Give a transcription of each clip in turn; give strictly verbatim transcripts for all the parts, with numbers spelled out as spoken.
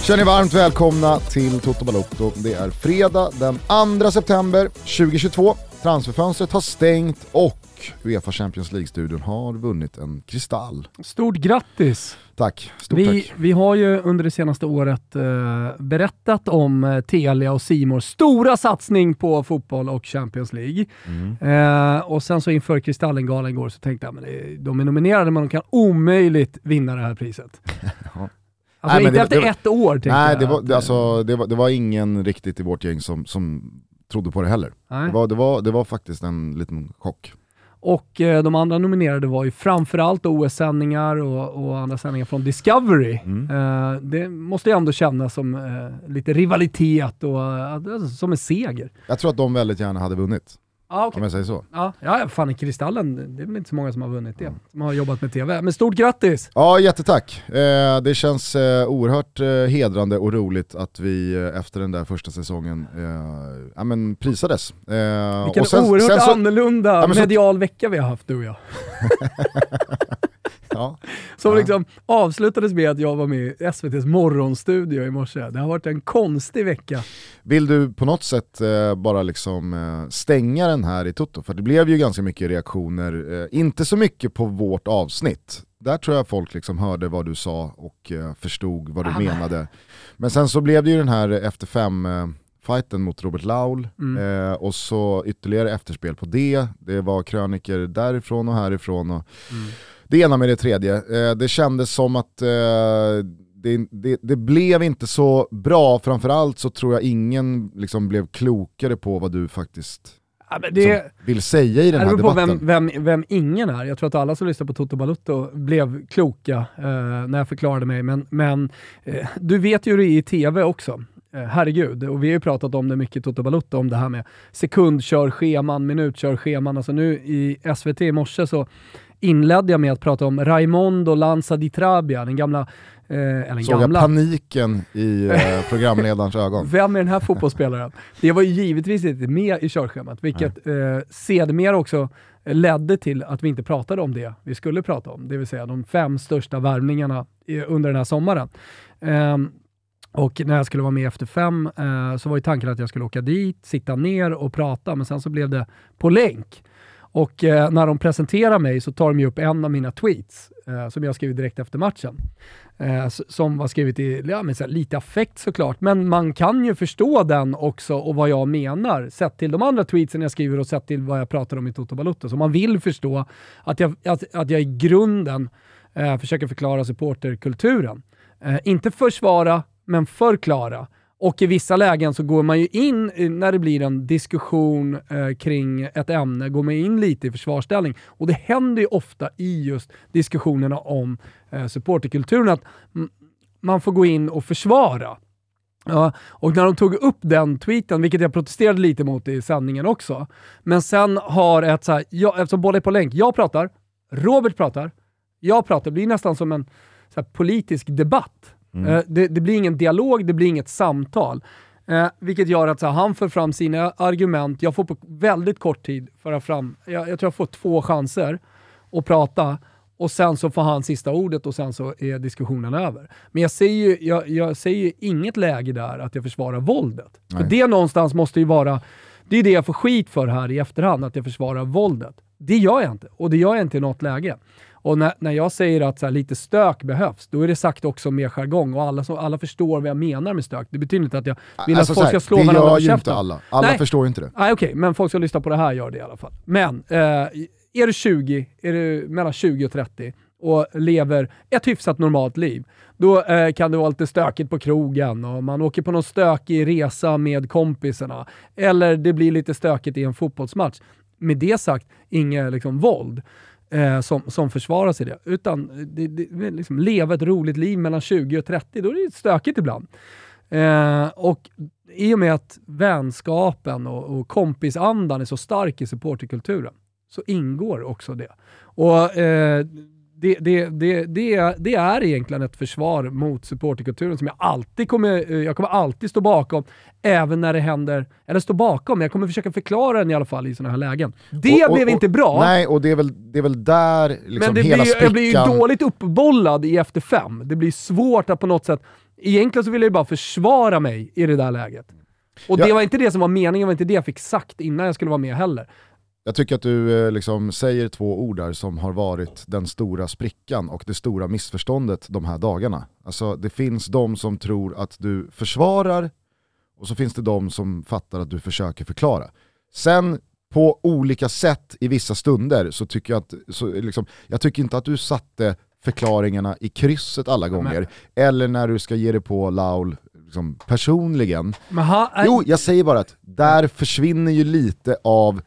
Känner ni varmt välkomna till Toto Balotto. Det är fredag den andra september tjugohundratjugotvå. Transferfönstret har stängt och UEFA Champions League-studion har vunnit en kristall. Stort grattis! Tack, stort vi, tack. Vi har ju under det senaste året eh, berättat om eh, Telia och C Mores stora satsning på fotboll och Champions League. Mm. Eh, och sen så inför Kristallengalan igår så tänkte jag men det, de är nominerade men de kan omöjligt vinna det här priset. Ja. Alltså nej, inte det, efter det, ett år tänkte nej, jag. Det var, det, alltså, det, var, det var ingen riktigt i vårt gäng som, som trodde på det heller. Det var, det, var, det var faktiskt en liten chock. Och eh, de andra nominerade var ju framförallt O S-sändningar och, och andra sändningar från Discovery. Mm. Eh, det måste jag ändå känna som eh, lite rivalitet och eh, som en seger. Jag tror att de väldigt gärna hade vunnit. Ah, okay. Om jag säger så. Ja, ja, fan i Kristallen, det är väl inte så många som har vunnit det. Mm. Som har jobbat med tv. Men stort grattis! Ja, jättetack. Eh, det känns eh, oerhört eh, hedrande och roligt att vi eh, efter den där första säsongen eh, ja, men prisades. Eh, Vilken och sen, oerhört sen så, annorlunda ja, medial så, vecka vi har haft, du och jag. Ja. Som ja. liksom avslutades med att jag var med i S V T:s morgonstudio i morse. Det har varit en konstig vecka. Vill du på något sätt eh, bara liksom eh, stänga den här i Toto? För det blev ju ganska mycket reaktioner. Eh, inte så mycket på vårt avsnitt. Där tror jag folk liksom hörde vad du sa och eh, förstod vad du ah, menade. Nej. Men sen så blev det ju den här efter fem... Eh, fighten mot Robert Laul mm. eh, och så ytterligare efterspel på det. Det var kröniker därifrån och härifrån och mm. det ena med det tredje. Eh, det kändes som att eh, det, det, det blev inte så bra. Framförallt så tror jag ingen liksom blev klokare på vad du faktiskt ja, men det, vill säga i den här debatten. På vem, vem, vem ingen är. Jag tror att alla som lyssnar på Toto Balotto blev kloka eh, när jag förklarade mig. Men, men eh, du vet ju hur det är i tv också. Herregud, och vi har ju pratat om det mycket Toto Balotto, om det här med sekundkörscheman, minutkörscheman. Alltså nu i S V T i morse så inledde jag med att prata om Raimondo Lanza di Trabia, den gamla eh, eller såg gamla... jag paniken i eh, programledarens ögon. Vem är den här fotbollsspelaren? Det var ju givetvis inte med i körschemat, vilket eh, sedermera också ledde till att vi inte pratade om det vi skulle prata om, det vill säga de fem största värvningarna under den här sommaren. Eh, Och när jag skulle vara med efter fem eh, så var ju tanken att jag skulle åka dit, sitta ner och prata, men sen så blev det på länk. Och eh, när de presenterar mig så tar de ju upp en av mina tweets eh, som jag skrev direkt efter matchen. Eh, som var skrivit i ja, men så här, lite affekt såklart, men man kan ju förstå den också och vad jag menar sett till de andra tweetsen jag skriver och sett till vad jag pratar om i Toto Balotto. Så man vill förstå att jag, att, att jag i grunden eh, försöker förklara supporterkulturen. Eh, inte försvara, men förklara. Och i vissa lägen så går man ju in, när det blir en diskussion eh, kring ett ämne, går man in lite i försvarsställning. Och det händer ju ofta i just diskussionerna om eh, supporterkulturen att m- man får gå in och försvara. Ja, och när de tog upp den tweeten, vilket jag protesterade lite mot i sändningen också, men sen har ett så här, jag, eftersom båda är på länk, jag pratar, Robert pratar, jag pratar, det blir nästan som en så här, politisk debatt. Mm. Uh, det, det blir ingen dialog, det blir inget samtal. Uh, vilket gör att så här, han för fram sina argument. Jag får på väldigt kort tid föra fram, jag, jag tror jag får två chanser att prata. Och sen så får han sista ordet och sen så är diskussionen över. Men jag säger ju, jag, jag säger ju inget läge där att jag försvarar våldet. Nej. För det någonstans måste ju vara, det är det jag får skit för här i efterhand, att jag försvarar våldet. Det gör jag inte. Och det gör jag inte i något läge. Och när, när jag säger att så här, lite stök behövs, då är det sagt också med jargong. Och alla, så, alla förstår vad jag menar med stök. Det betyder inte att jag vill alltså, att folk här, ska slå varandra på käften. Det gör ju inte alla. Alla Nej. förstår inte det. Nej, okej. Okay. Men folk som lyssnar på det här gör det i alla fall. Men eh, är du tjugo, är du mellan tjugo och trettio och lever ett hyfsat normalt liv, då eh, kan det vara lite stökigt på krogen och man åker på någon stökig resa med kompisarna. Eller det blir lite stökigt i en fotbollsmatch. Med det sagt, inget liksom våld. Eh, som, som försvarar sig det. Utan det, det, liksom, leva ett roligt liv mellan tjugo och trettio, då är det stökigt ibland. Eh, och i och med att vänskapen och, och kompisandan är så stark i supporterkulturen så ingår också det. Och eh, det, det, det, det, det är egentligen ett försvar mot supporterkulturen som jag alltid kommer, jag kommer alltid stå bakom, även när det händer, eller stå bakom, jag kommer försöka förklara den i alla fall i sådana här lägen. Det och, och, blev inte bra. Nej, och det är väl, det är väl där liksom men det hela blir, sprickan... jag blir ju dåligt uppbollad i efter fem. Det blir svårt att på något sätt Egentligen så ville jag bara försvara mig i det där läget. Och ja. det var inte det som var meningen, det var inte det jag fick sagt innan jag skulle vara med heller. Jag tycker att du liksom säger två ord där som har varit den stora sprickan och det stora missförståndet de här dagarna. Alltså det finns de som tror att du försvarar och så finns det de som fattar att du försöker förklara. Sen på olika sätt i vissa stunder så tycker jag att så liksom, jag tycker inte att du satte förklaringarna i krysset alla gånger. Men. Eller när du ska ge det på Laul liksom, personligen. Men ha, I... Jo, jag säger bara att där försvinner ju lite av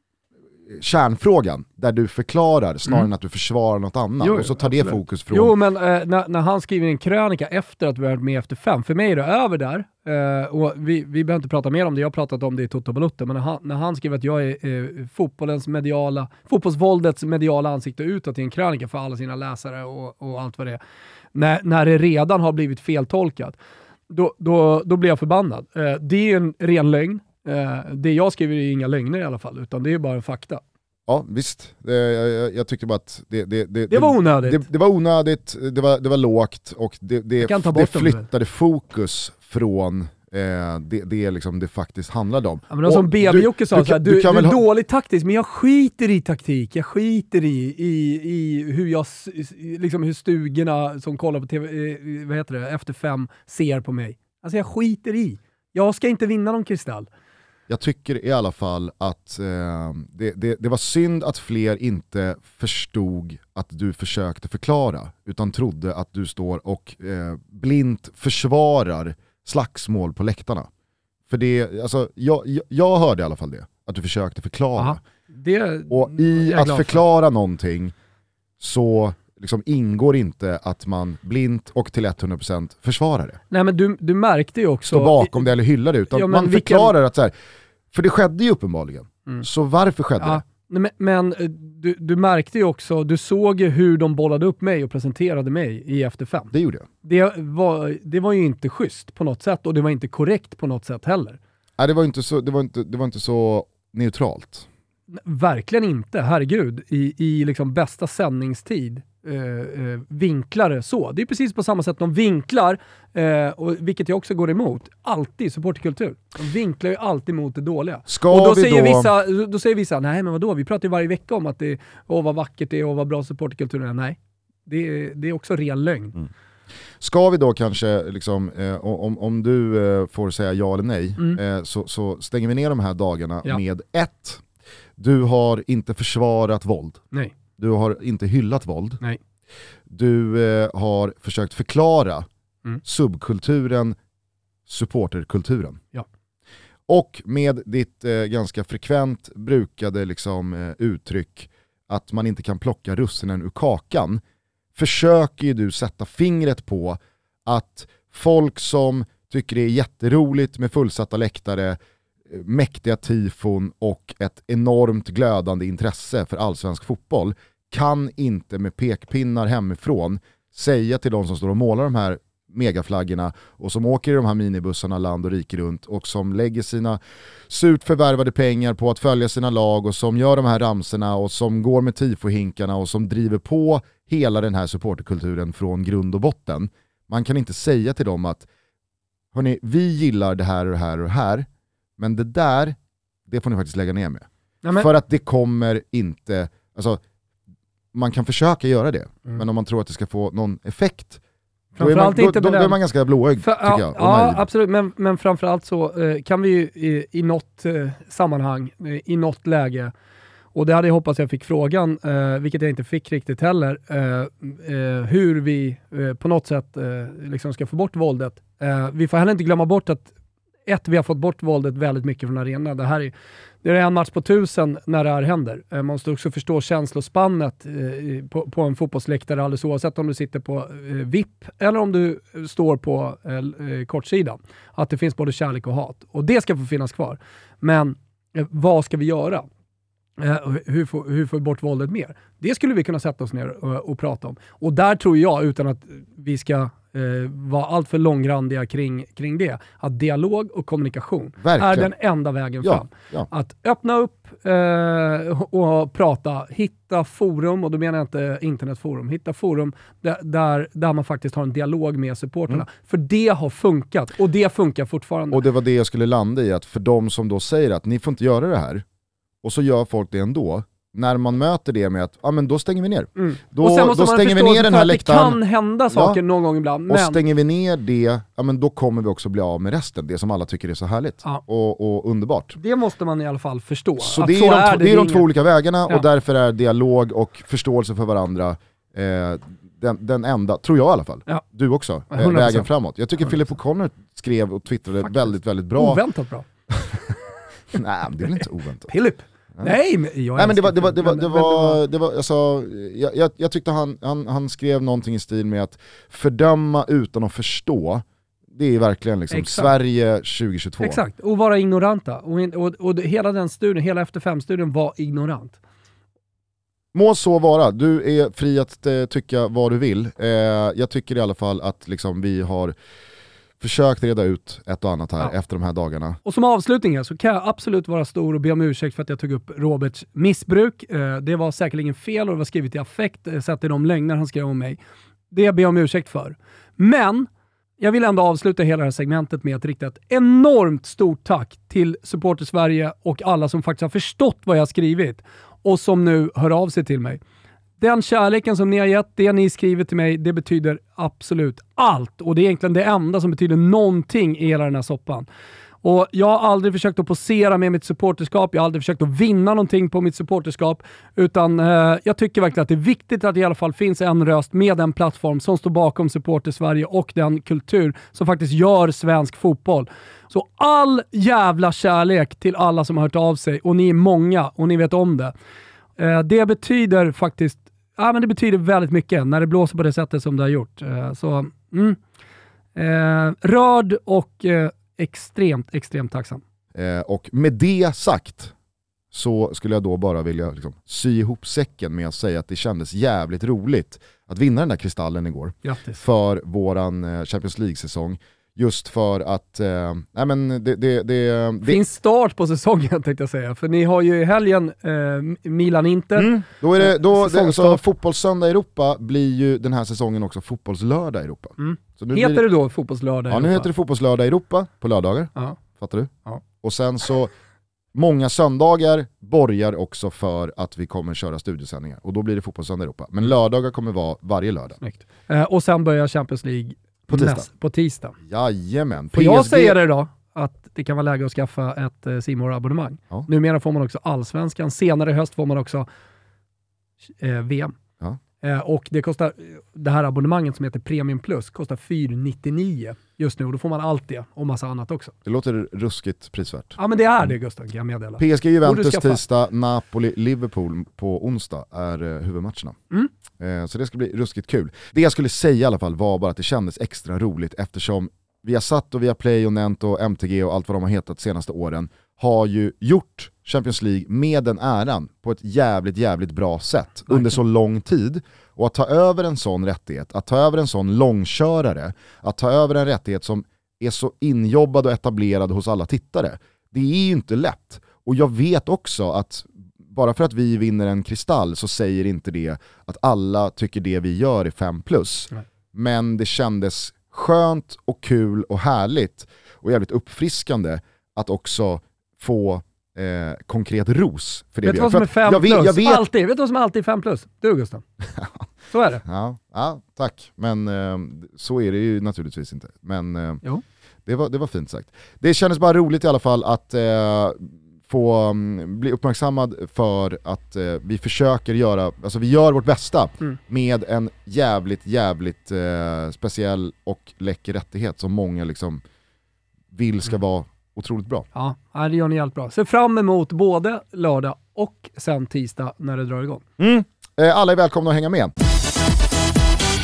kärnfrågan där du förklarar snarare mm. än att du försvarar något annat. Jo, och så tar absolut. Det fokus från... Jo, men eh, när, när han skriver en krönika efter att vi varit med efter fem, för mig är det över där. Eh, och vi, vi behöver inte prata mer om det, jag har pratat om det i Toto Balotto, men när han, när han skriver att jag är eh, fotbollens mediala, fotbollsvåldets mediala ansikte utåt i en krönika för alla sina läsare och, och allt vad det är. När, när det redan har blivit feltolkat, då, då, då blir jag förbannad. Eh, det är en ren lögn. Uh, det jag skriver är inga lögner i alla fall, utan det är bara en fakta. Ja, visst. Det, jag, jag tyckte bara att det, det, det, det var onödigt. Det, det var onödigt, det var, det var lågt och det, det, det flyttade fokus från eh, det, det, liksom det faktiskt handlade om. Ja, men som B B-Jocke sa, du, såhär, du, du, du är ha... dålig taktisk, men jag skiter i taktik. Jag skiter i, i, i hur, jag, liksom hur stugorna som kollar på T V, eh, vad heter det, efter fem ser på mig. Alltså jag skiter i. Jag ska inte vinna någon kristall. Jag tycker i alla fall att eh, det, det, det var synd att fler inte förstod att du försökte förklara, utan trodde att du står och eh, blint försvarar slagsmål på läktarna. För det, alltså, jag, jag, jag hörde i alla fall det, att du försökte förklara. Aha, det, och i att förklara någonting så... liksom ingår inte att man blint och till hundra procent försvarar det. Nej, men du, du märkte ju också... Stå bakom det eller hylla det, utan ja, man vilken... förklarar att så här, för det skedde ju uppenbarligen. Mm. Så varför skedde ja, det? Men, men du, du märkte ju också, du såg ju hur de bollade upp mig och presenterade mig i efter fem. Det gjorde jag. Det var, det var ju inte schysst på något sätt och det var inte korrekt på något sätt heller. Nej, det var inte så, det var inte, det var inte så neutralt. Verkligen inte, herregud. I, i liksom bästa sändningstid Uh, uh, vinklar så. Det är precis på samma sätt de vinklar, uh, och vilket jag också går emot, alltid supporterkultur. De vinklar ju alltid mot det dåliga. Ska och då vi säger, då... Vissa, då säger vissa, nej men vadå, vi pratar ju varje vecka om att det, åh vad vackert det är och vad bra supporterkultur är. Nej, det är, det är också ren lögn. Mm. Ska vi då kanske, liksom, eh, om, om du eh, får säga ja eller nej, mm. eh, så, så stänger vi ner de här dagarna ja. med ett. Du har inte försvarat våld. Nej. Du har inte hyllat våld. Nej. Du eh, har försökt förklara mm. subkulturen, supporterkulturen. Ja. Och med ditt eh, ganska frekvent brukade liksom, eh, uttryck att man inte kan plocka russinen ur kakan, försöker ju du sätta fingret på att folk som tycker det är jätteroligt med fullsatta läktare, mäktiga tifon och ett enormt glödande intresse för allsvensk fotboll kan inte med pekpinnar hemifrån säga till de som står och målar de här megaflaggorna och som åker i de här minibussarna land och rike runt och som lägger sina surt förvärvade pengar på att följa sina lag och som gör de här ramserna och som går med tifohinkarna och som driver på hela den här supporterkulturen från grund och botten. Man kan inte säga till dem att hörni, vi gillar det här och det här och det här, men det där, det får ni faktiskt lägga ner med. Ja, men... För att det kommer inte, alltså man kan försöka göra det, mm. men om man tror att det ska få någon effekt, då är, man, då, då, då är man ganska blåögd, För, tycker ja, jag. Ja, absolut, men, men framförallt så eh, kan vi ju i, i något eh, sammanhang, eh, i något läge, och det hade jag hoppats jag fick frågan, eh, vilket jag inte fick riktigt heller, eh, eh, hur vi eh, på något sätt eh, liksom ska få bort våldet. Eh, vi får heller inte glömma bort att ett, vi har fått bort våldet väldigt mycket från arenan. Det här är, det är en match på tusen när det här händer. Man måste också förstå känslospannet eh, på, på en fotbollsläktare, alldeles oavsett om du sitter på eh, V I P eller om du står på eh, kortsidan. Att det finns både kärlek och hat. Och det ska få finnas kvar. Men eh, vad ska vi göra? Eh, hur, får, hur får vi bort våldet mer? Det skulle vi kunna sätta oss ner och, och prata om. Och där tror jag, utan att vi ska eh, vara allt för långrandiga kring, kring det. Att dialog och kommunikation Verkligen. är den enda vägen Ja, fram. ja. Att öppna upp eh, och prata, hitta forum, och då menar jag inte internetforum, hitta forum där, där, där man faktiskt har en dialog med supporterna. Mm. För det har funkat, och det funkar fortfarande. Och det var det jag skulle landa i, att för de som då säger att ni får inte göra det här, och så gör folk det ändå, när man möter det med att ja, men då stänger vi ner. Mm. Då, och sen måste då man stänger vi ner den här läktaren. Det kan hända saker ja. någon gång ibland. Och men... stänger vi ner det, ja, men då kommer vi också bli av med resten. Det som alla tycker är så härligt ja. och, och underbart. Det måste man i alla fall förstå. Så att det är, så de, är det, det är de inga... två olika vägarna, ja. och därför är dialog och förståelse för varandra eh, den, den enda, tror jag i alla fall. Ja. Du också. Eh, vägen framåt. Jag tycker Philip O'Connor skrev och twittrade Faktiskt. väldigt, väldigt bra. Oväntat bra. Nej, det är väl inte oväntat. Philip. Nej, men jag Nej men det var, det var, det var, det var, det var alltså, jag, jag, jag tyckte han, han, han skrev någonting i stil med att fördöma utan att förstå, det är verkligen liksom Sverige tjugohundratjugotvå. Exakt, och vara ignoranta. Och, och, och hela den studien, hela efter fem-studien var ignorant. Må så vara, du är fri att eh, tycka vad du vill. Eh, jag tycker i alla fall att liksom, vi har försökt reda ut ett och annat här ja. efter de här dagarna. Och som avslutning så kan jag absolut vara stor och be om ursäkt för att jag tog upp Roberts missbruk. Eh, det var säkerligen fel, och det var skrivet i affekt, eh, sett i de lögner han skrev om mig. Det ber jag om ursäkt för. Men jag vill ändå avsluta hela det här segmentet med att rikta ett enormt stort tack till Supporter Sverige och alla som faktiskt har förstått vad jag har skrivit och som nu hör av sig till mig. Den kärleken som ni har gett, det ni skriver till mig, det betyder absolut allt. Och det är egentligen det enda som betyder någonting i hela den här soppan. Och jag har aldrig försökt att posera med mitt supporterskap. Jag har aldrig försökt att vinna någonting på mitt supporterskap. Utan eh, jag tycker verkligen att det är viktigt att det i alla fall finns en röst med en plattform som står bakom Supporter Sverige och den kultur som faktiskt gör svensk fotboll. Så all jävla kärlek till alla som har hört av sig. Och ni är många och ni vet om det. Eh, det betyder faktiskt Ja, men det betyder väldigt mycket när det blåser på det sättet som det har gjort. Uh, så, mm. uh, rörd och uh, extremt, extremt tacksam. Uh, och med det sagt så skulle jag då bara vilja liksom, sy ihop säcken med att säga att det kändes jävligt roligt att vinna den där kristallen igår. Grattis. För våran uh, Champions League-säsong. Just för att eh, nej men det, det, det, det finns start på säsongen tänkte jag säga. För ni har ju i helgen eh, Milan-Inter. Mm. Då är det, då, det, så Fotbollssöndag i Europa blir ju den här säsongen också Fotbollslördag i Europa. Mm. Så nu heter blir det, det då Fotbollslördag i ja, Europa? Ja, nu heter det Fotbollslördag i Europa på lördagar. Ja. Fattar du? Ja. Och sen så många söndagar borgar också för att vi kommer köra studiesändningar. Och då blir det Fotbollssöndag i Europa. Men lördagar kommer vara varje lördag. Snyggt. Eh, och sen börjar Champions League På tisdag. Näst, på tisdag. Jajamän. Får jag säga det då? Att det kan vara läge att skaffa ett eh, C More abonnemang. Ja. Numera får man också Allsvenskan. Senare i höst får man också eh, V M. Ja. Eh, och det kostar, det här abonnemanget som heter Premium Plus kostar fyra nittionio just nu. Och då får man allt det och massa annat också. Det låter ruskigt prisvärt. Ja men det är det Gustav, kan jag meddela. P S G Juventus tisdag, Napoli Liverpool på onsdag är eh, huvudmatcherna. Mm. Eh, så det ska bli ruskigt kul. Det jag skulle säga i alla fall var bara att det kändes extra roligt eftersom vi har satt och vi har Play och Nent och M T G och allt vad de har hetat de senaste åren har ju gjort Champions League med den äran på ett jävligt jävligt bra sätt okay. under så lång tid. Och att ta över en sån rättighet, att ta över en sån långkörare, att ta över en rättighet som är så injobbad och etablerad hos alla tittare, det är ju inte lätt. Och jag vet också att bara för att vi vinner en kristall så säger inte det att alla tycker det vi gör är fem plus. Nej. Men det kändes skönt och kul och härligt och jävligt uppfriskande att också få eh, konkret ros för det. Vet du vad som är fem jag vet, plus? Jag vet. Alltid. Vet du vad som är alltid fem plus? Du Gustav. Så är det. Ja, ja tack. Men eh, så är det ju naturligtvis inte. Men eh, jo. Det, var, det var fint sagt. Det kändes bara roligt i alla fall att eh, få um, bli uppmärksammad för att uh, vi försöker göra, alltså vi gör vårt bästa mm. med en jävligt, jävligt uh, speciell och läcker rättighet som många liksom vill ska mm. vara otroligt bra. Ja, det gör ni helt bra. Se fram emot både lördag och sen tisdag när det drar igång. Mm. Uh, alla är välkomna att hänga med.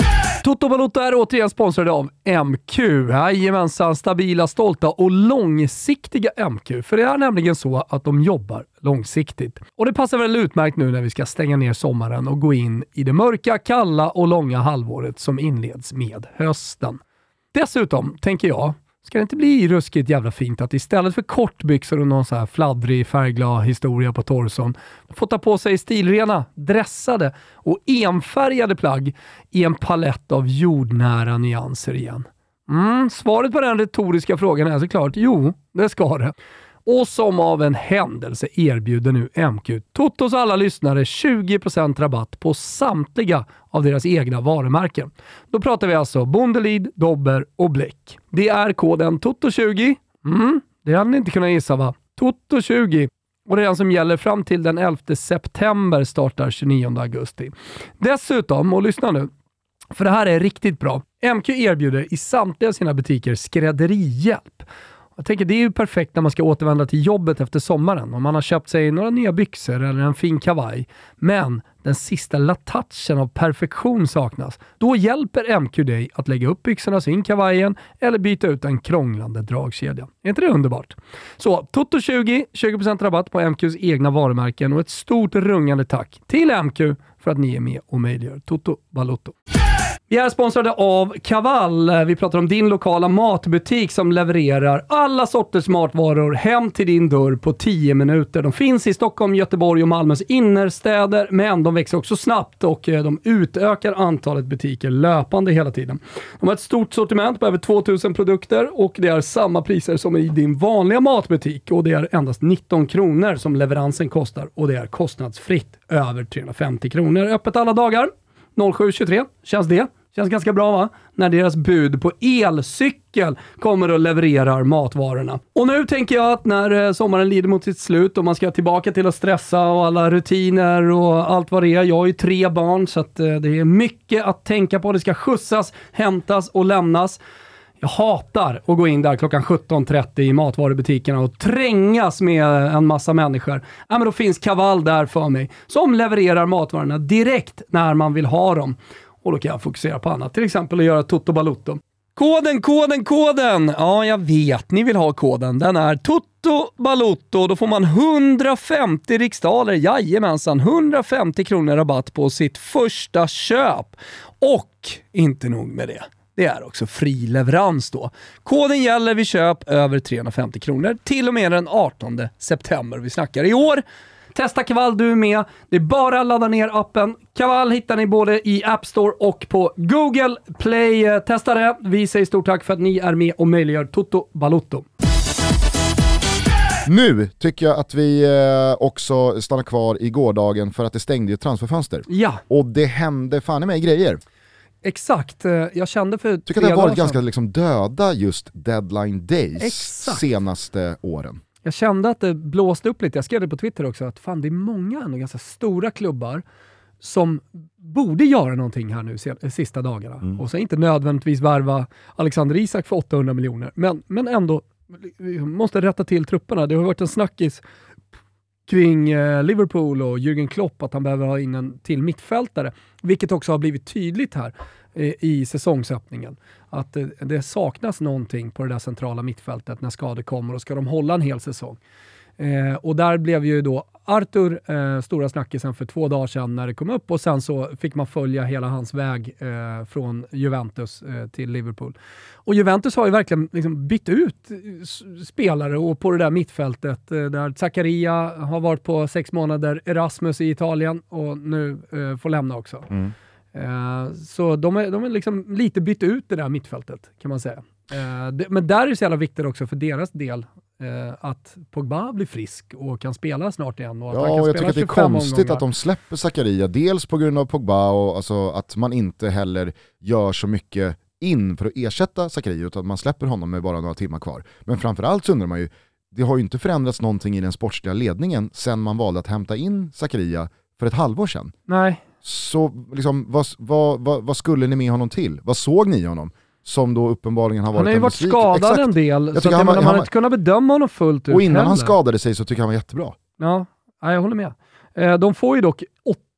Toto Balotto är återigen sponsrade av M Q. Jajamensan, stabila, stolta och långsiktiga M Q. För det är nämligen så att de jobbar långsiktigt. Och det passar väl utmärkt nu när vi ska stänga ner sommaren och gå in i det mörka, kalla och långa halvåret som inleds med hösten. Dessutom tänker jag, ska det inte bli ruskigt jävla fint att istället för kortbyxor och någon så här fladdrig, färgglad historia på torson få ta på sig stilrena, dressade och enfärgade plagg i en palett av jordnära nyanser igen? Mm, svaret på den retoriska frågan är såklart jo, det ska det. Och som av en händelse erbjuder nu M Q Totos alla lyssnare tjugo procent rabatt på samtliga av deras egna varumärken. Då pratar vi alltså Bondelid, Dobber och Bläck. Det är koden Toto tjugo. Mm, det hade ni inte kunnat gissa, va? Toto tjugo. Och det är den som gäller fram till den elfte september, startar tjugonionde augusti. Dessutom, och lyssna nu, för det här är riktigt bra. M Q erbjuder i samtliga sina butiker skrädderihjälp. Jag tänker det är ju perfekt när man ska återvända till jobbet efter sommaren. Om man har köpt sig några nya byxor eller en fin kavaj. Men den sista latouchen av perfektion saknas. Då hjälper M Q dig att lägga upp byxorna, så in kavajen eller byta ut en krånglande dragkedja. Är inte det underbart? Så Toto tjugo, tjugo procent rabatt på M Qs egna varumärken och ett stort rungande tack till M Q för att ni är med och möjliggör Toto Balotto. Vi är sponsrade av Kaval. Vi pratar om din lokala matbutik som levererar alla sorters matvaror hem till din dörr på tio minuter. De finns i Stockholm, Göteborg och Malmös innerstäder, men de växer också snabbt och de utökar antalet butiker löpande hela tiden. De har ett stort sortiment på över tvåtusen produkter och det är samma priser som i din vanliga matbutik, och det är endast nitton kronor som leveransen kostar, och det är kostnadsfritt över trehundrafemtio kronor. Öppet alla dagar sju tjugotre. Känns det? Känns ganska bra, va? När deras bud på elcykel kommer och levererar matvarorna. Och nu tänker jag att när sommaren lider mot sitt slut och man ska tillbaka till att stressa och alla rutiner och allt vad det är. Jag har ju tre barn så att det är mycket att tänka på. Det ska skjutsas, hämtas och lämnas. Jag hatar att gå in där klockan sjutton trettio i matvarubutikerna och trängas med en massa människor. Ja, men då finns Kaval där för mig som levererar matvarorna direkt när man vill ha dem. Och då kan jag fokusera på annat. Till exempel att göra Toto Balotto. Koden, koden, koden! Ja, jag vet. Ni vill ha koden. Den är Toto Balotto. Då får man hundrafemtio riksdaler. Jajamensan. hundrafemtio kronor rabatt på sitt första köp. Och inte nog med det. Det är också fri leverans då. Koden gäller vid köp över trehundrafemtio kronor. Till och med den artonde september. Vi snackar i år. Testa Kaval du med. Det är bara att ladda ner appen. Kaval hittar ni både i App Store och på Google Play. Testa det. Vi säger stort tack för att ni är med och möjliggör Toto Balotto. Nu tycker jag att vi också stannar kvar i gårdagen för att det stängde ett transferfönster. Ja. Och det hände fan i mig grejer. Exakt, jag kände för Jag tycker att det har varit ganska liksom döda just deadline days Exakt. senaste åren. Jag kände att det blåste upp lite. Jag skrev det på Twitter också. Att fan, det är många ändå ganska stora klubbar som borde göra någonting här nu sista dagarna. Mm. Och så inte nödvändigtvis värva Alexander Isak för åttahundra miljoner. Men, men ändå måste rätta till trupperna. Det har varit en snackis kring eh, Liverpool och Jürgen Klopp att han behöver ha in en till mittfältare. Vilket också har blivit tydligt här eh, i säsongsöppningen. Att eh, det saknas någonting på det där centrala mittfältet när skador kommer och ska de hålla en hel säsong. Eh, och där blev ju då Arthur eh, stora snackisen för två dagar sedan när det kom upp, och sen så fick man följa hela hans väg eh, från Juventus eh, till Liverpool. Och Juventus har ju verkligen liksom bytt ut spelare och på det där mittfältet eh, där Zakaria har varit på sex månader, Erasmus i Italien och nu eh, får lämna också. Mm. Eh, så de är, de är liksom lite bytt ut det där mittfältet kan man säga. Eh, det, men där är det så jävla viktigt också för deras del Uh, att Pogba blir frisk och kan spela snart igen. Och att ja, kan och jag tycker att det är konstigt omgångar. Att de släpper Zakaria, dels på grund av Pogba och alltså att man inte heller gör så mycket in för att ersätta Zakaria, utan att man släpper honom med bara några timmar kvar. Men framförallt så undrar man ju, det har ju inte förändrats någonting i den sportsliga ledningen sen man valde att hämta in Zakaria för ett halvår sedan. Nej. Så liksom, vad, vad, vad, vad skulle ni med honom till? Vad såg ni i honom? Som då uppenbarligen har varit en Han har ju varit skadad Exakt. en del, jag så att han, man, man har inte kunnat bedöma honom fullt ut. Och innan heller. han skadade sig så tycker jag han var jättebra. Ja, jag håller med. De får ju dock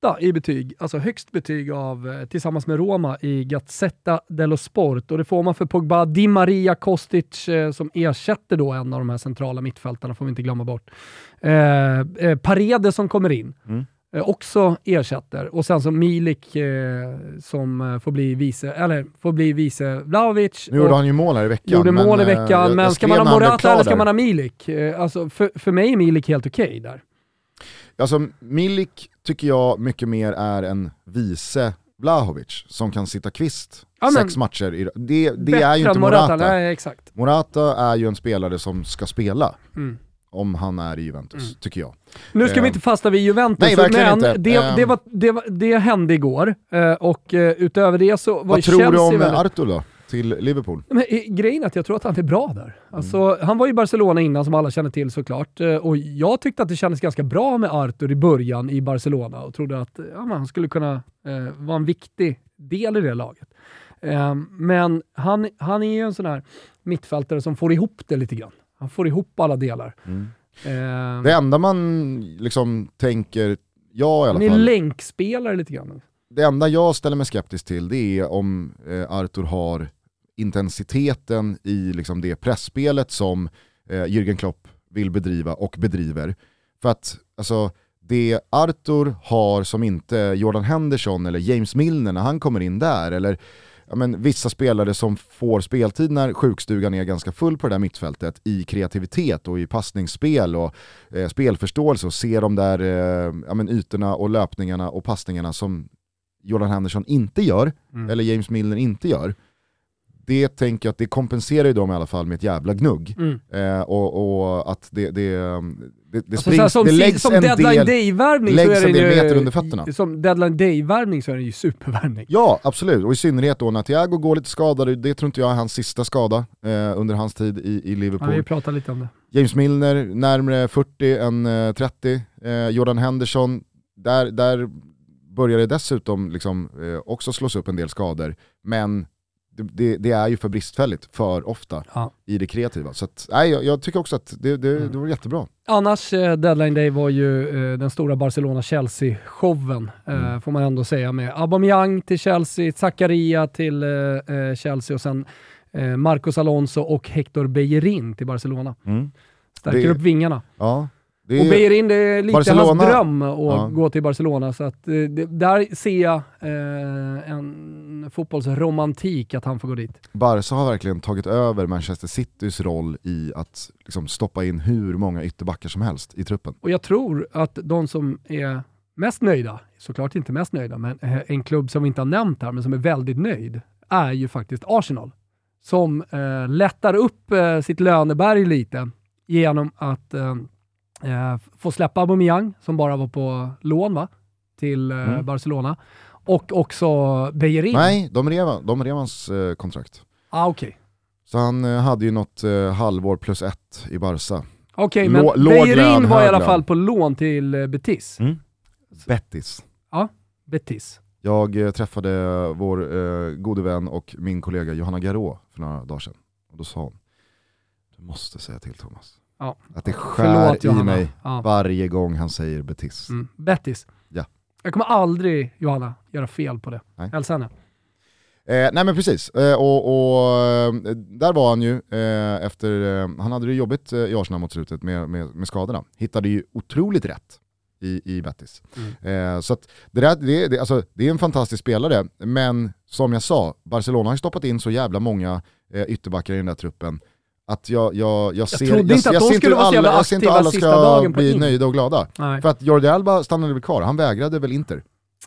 åtta i betyg, alltså högst betyg av tillsammans med Roma i Gazzetta dello Sport, och det får man för Pogba, Di Maria, Kostic eh, som ersätter då en av de här centrala mittfältarna, får vi inte glömma bort. Eh, eh, Paredes som kommer in. Mm. Också ersätter, och sen så Milik eh, som eh, får bli vice eller får bli vice Vlahovic. Nu gjorde han ju mål här i veckan. Gjorde men, mål i veckan, eh, men ska man ha Morata eller ska man ha Milik? Eh, alltså för, för mig är Milik helt okej okay där. Alltså Milik tycker jag mycket mer är en vice Vlahovic som kan sitta kvist ja, sex matcher. I, det det är ju inte Morata. Morata. Nej, exakt. Morata är ju en spelare som ska spela. Mm. Om han är i Juventus, mm. tycker jag. Nu ska eh. vi inte fasta vid Juventus, nej, verkligen men inte. Det, det, var, det, var, det hände igår. Och utöver det så var vad Chelsea... Vad tror du om väldigt... Arthur då? Till Liverpool? Men, grejen är att jag tror att han är bra där. Alltså, mm. Han var i Barcelona innan, som alla känner till såklart. Och jag tyckte att det kändes ganska bra med Arthur i början i Barcelona. Och trodde att ja, han skulle kunna eh, vara en viktig del i det laget. Eh, men han, han är ju en sån här mittfältare som får ihop det lite grann. Han får ihop alla delar. Mm. Det enda man liksom tänker, jag i alla fall... Han är länkspelare lite grann. Det enda jag ställer mig skeptisk till, det är om eh, Arthur har intensiteten i liksom det pressspelet som eh, Jürgen Klopp vill bedriva och bedriver. För att alltså, det Arthur har som inte Jordan Henderson eller James Milner när han kommer in där, eller ja, men, vissa spelare som får speltid när sjukstugan är ganska full på det där mittfältet i kreativitet och i passningsspel och eh, spelförståelse, och ser de där eh, ja, men, ytorna och löpningarna och passningarna som Jordan Henderson inte gör, mm. eller James Milner inte gör. Det tänker jag att det kompenserar ju dem i alla fall med ett jävla gnugg. Mm. Eh, och, och att det, det, det, det, alltså, springs, som, det läggs som en deadline del, day-värvning läggs så är det en del ju, meter under fötterna. Som deadline day-värvning så är det ju supervärvning. Ja, absolut. Och i synnerhet då när Thiago går lite skadad, det tror inte jag är hans sista skada eh, under hans tid i, i Liverpool. Ja, vi pratar lite om det. James Milner närmare fyrtio än eh, trettio. Eh, Jordan Henderson, där, där börjar det dessutom liksom, eh, också slås upp en del skador. Men det, det, det är ju för bristfälligt för ofta ja. i det kreativa. Så att, nej, jag, jag tycker också att det, det, mm. det var jättebra. Annars, eh, deadline day var ju eh, den stora Barcelona-Chelsea-showen, eh, mm. får man ändå säga, med Aubameyang till Chelsea, Zakaria till eh, Chelsea och sen eh, Marcos Alonso och Hector Bellerin till Barcelona. Mm. Stärker det, upp vingarna. Ja. Det och Bellerin, det är lite Barcelona. Hans dröm att ja. gå till Barcelona. Så att, det, där ser jag eh, en fotbollsromantik att han får gå dit. Barca har verkligen tagit över Manchester Citys roll i att liksom, stoppa in hur många ytterbackar som helst i truppen. Och jag tror att de som är mest nöjda, såklart inte mest nöjda, men en klubb som vi inte har nämnt här, men som är väldigt nöjd, är ju faktiskt Arsenal. Som eh, lättar upp eh, sitt löneberg lite genom att eh, Uh, få släppa Aubameyang som bara var på lån va? till uh, mm. Barcelona, och också Bellerin. Nej, de rev, de rev hans uh, kontrakt. Ah, okej. Okay. Så han uh, hade ju något uh, halvår plus ett i Barca. Okej, okay, men L- Bellerin var i alla fall på lån till uh, Betis. Mm. Betis. Ja, Betis. Jag uh, träffade vår uh, gode vän och min kollega Johanna Garå för några dagar sedan. Och då sa hon, du måste säga till Thomas. Ja. Att det skär Förlåt, i Johanna. mig ja. varje gång han säger Betis. Mm. Betis. Ja. Jag kommer aldrig, Johanna, göra fel på det. Nej. Hälsa henne. Eh, nej men precis. Eh, och, och där var han ju eh, efter, eh, han hade det jobbigt eh, i Arsenal mot slutet med, med, med skadorna. Hittade ju otroligt rätt i, i Betis. Mm. Eh, så att det, där, det, det, alltså, det är en fantastisk spelare, men som jag sa, Barcelona har stoppat in så jävla många eh, ytterbackar i den där truppen. Att jag, jag, jag ser, jag, jag, inte jag, att ser inte alla, jag ser inte alla ska bli in. nöjda och glada. Nej. För att Jordi Alba stannade väl kvar, han vägrade väl Inter?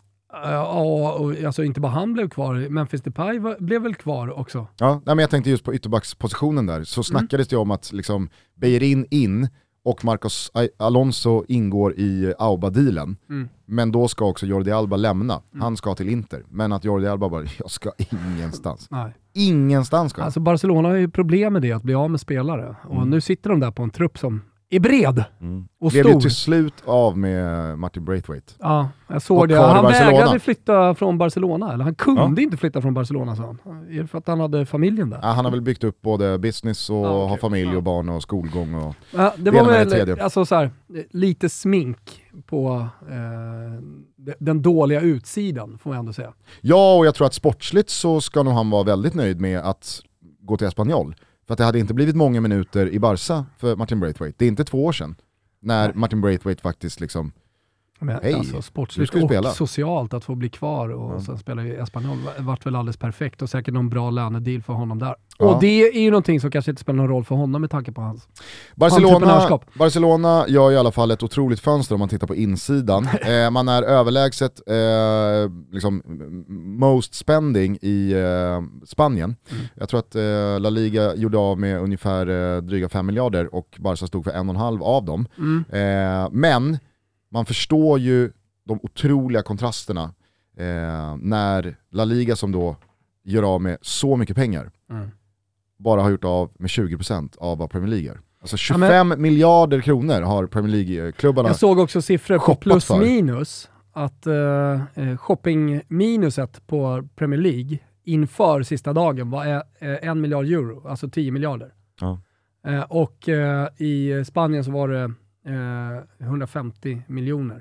Ja, och alltså inte bara han blev kvar, Memphis Depay var, blev väl kvar också. Ja, nej, men jag tänkte just på ytterbackspositionen där, så snackades det mm. om att liksom Bellerin in och Marcos Alonso ingår i Auba-dealen. Mm. Men då ska också Jordi Alba lämna. Mm. Han ska till Inter. Men att Jordi Alba bara, jag ska ingenstans. Nej. Ingenstans ska. Alltså Barcelona har ju problem med det, att bli av med spelare. Och mm. nu sitter de där på en trupp som är bred mm. och blev stor. ju till slut av med Martin Braithwaite. Ja, jag såg och det. Han Barcelona. vägrade flytta från Barcelona, eller han kunde ja. inte flytta från Barcelona, sa han. Är det för att han hade familjen där? Ja, han har väl byggt upp både business och ja, okay. har familj och barn och skolgång. Och ja, det var väl alltså, så här, lite smink på eh, den dåliga utsidan, får man ändå säga. Ja, och jag tror att sportsligt så ska nog han vara väldigt nöjd med att gå till Espanyol. För att det hade inte blivit många minuter i Barca för Martin Braithwaite. Det är inte två år sedan när Nej. Martin Braithwaite faktiskt liksom Men, hej, alltså, sportsligt och spela. Socialt att få bli kvar och ja. sen spela i Espanyol vart väl alldeles perfekt och säkert någon bra lönedeal för honom där. Ja. Och det är ju någonting som kanske inte spelar någon roll för honom med tanke på hans Barcelona, Barcelona gör i alla fall ett otroligt fönster om man tittar på insidan. eh, man är överlägset eh, liksom most spending i eh, Spanien. Mm. Jag tror att eh, La Liga gjorde av med ungefär eh, dryga fem miljarder och Barca stod för en och en halv av dem. Mm. Eh, men man förstår ju de otroliga kontrasterna eh, när La Liga som då gör av med så mycket pengar mm. bara har gjort av med tjugo procent av vad Premier League gör. Alltså tjugofem ja, men, miljarder kronor har Premier League-klubbarna. Jag såg också siffror på plus minus. Att eh, shopping-minuset på Premier League inför sista dagen var eh, en miljard euro, alltså tio miljarder. Ja. Eh, och eh, i Spanien så var det Eh, hundrafemtio miljoner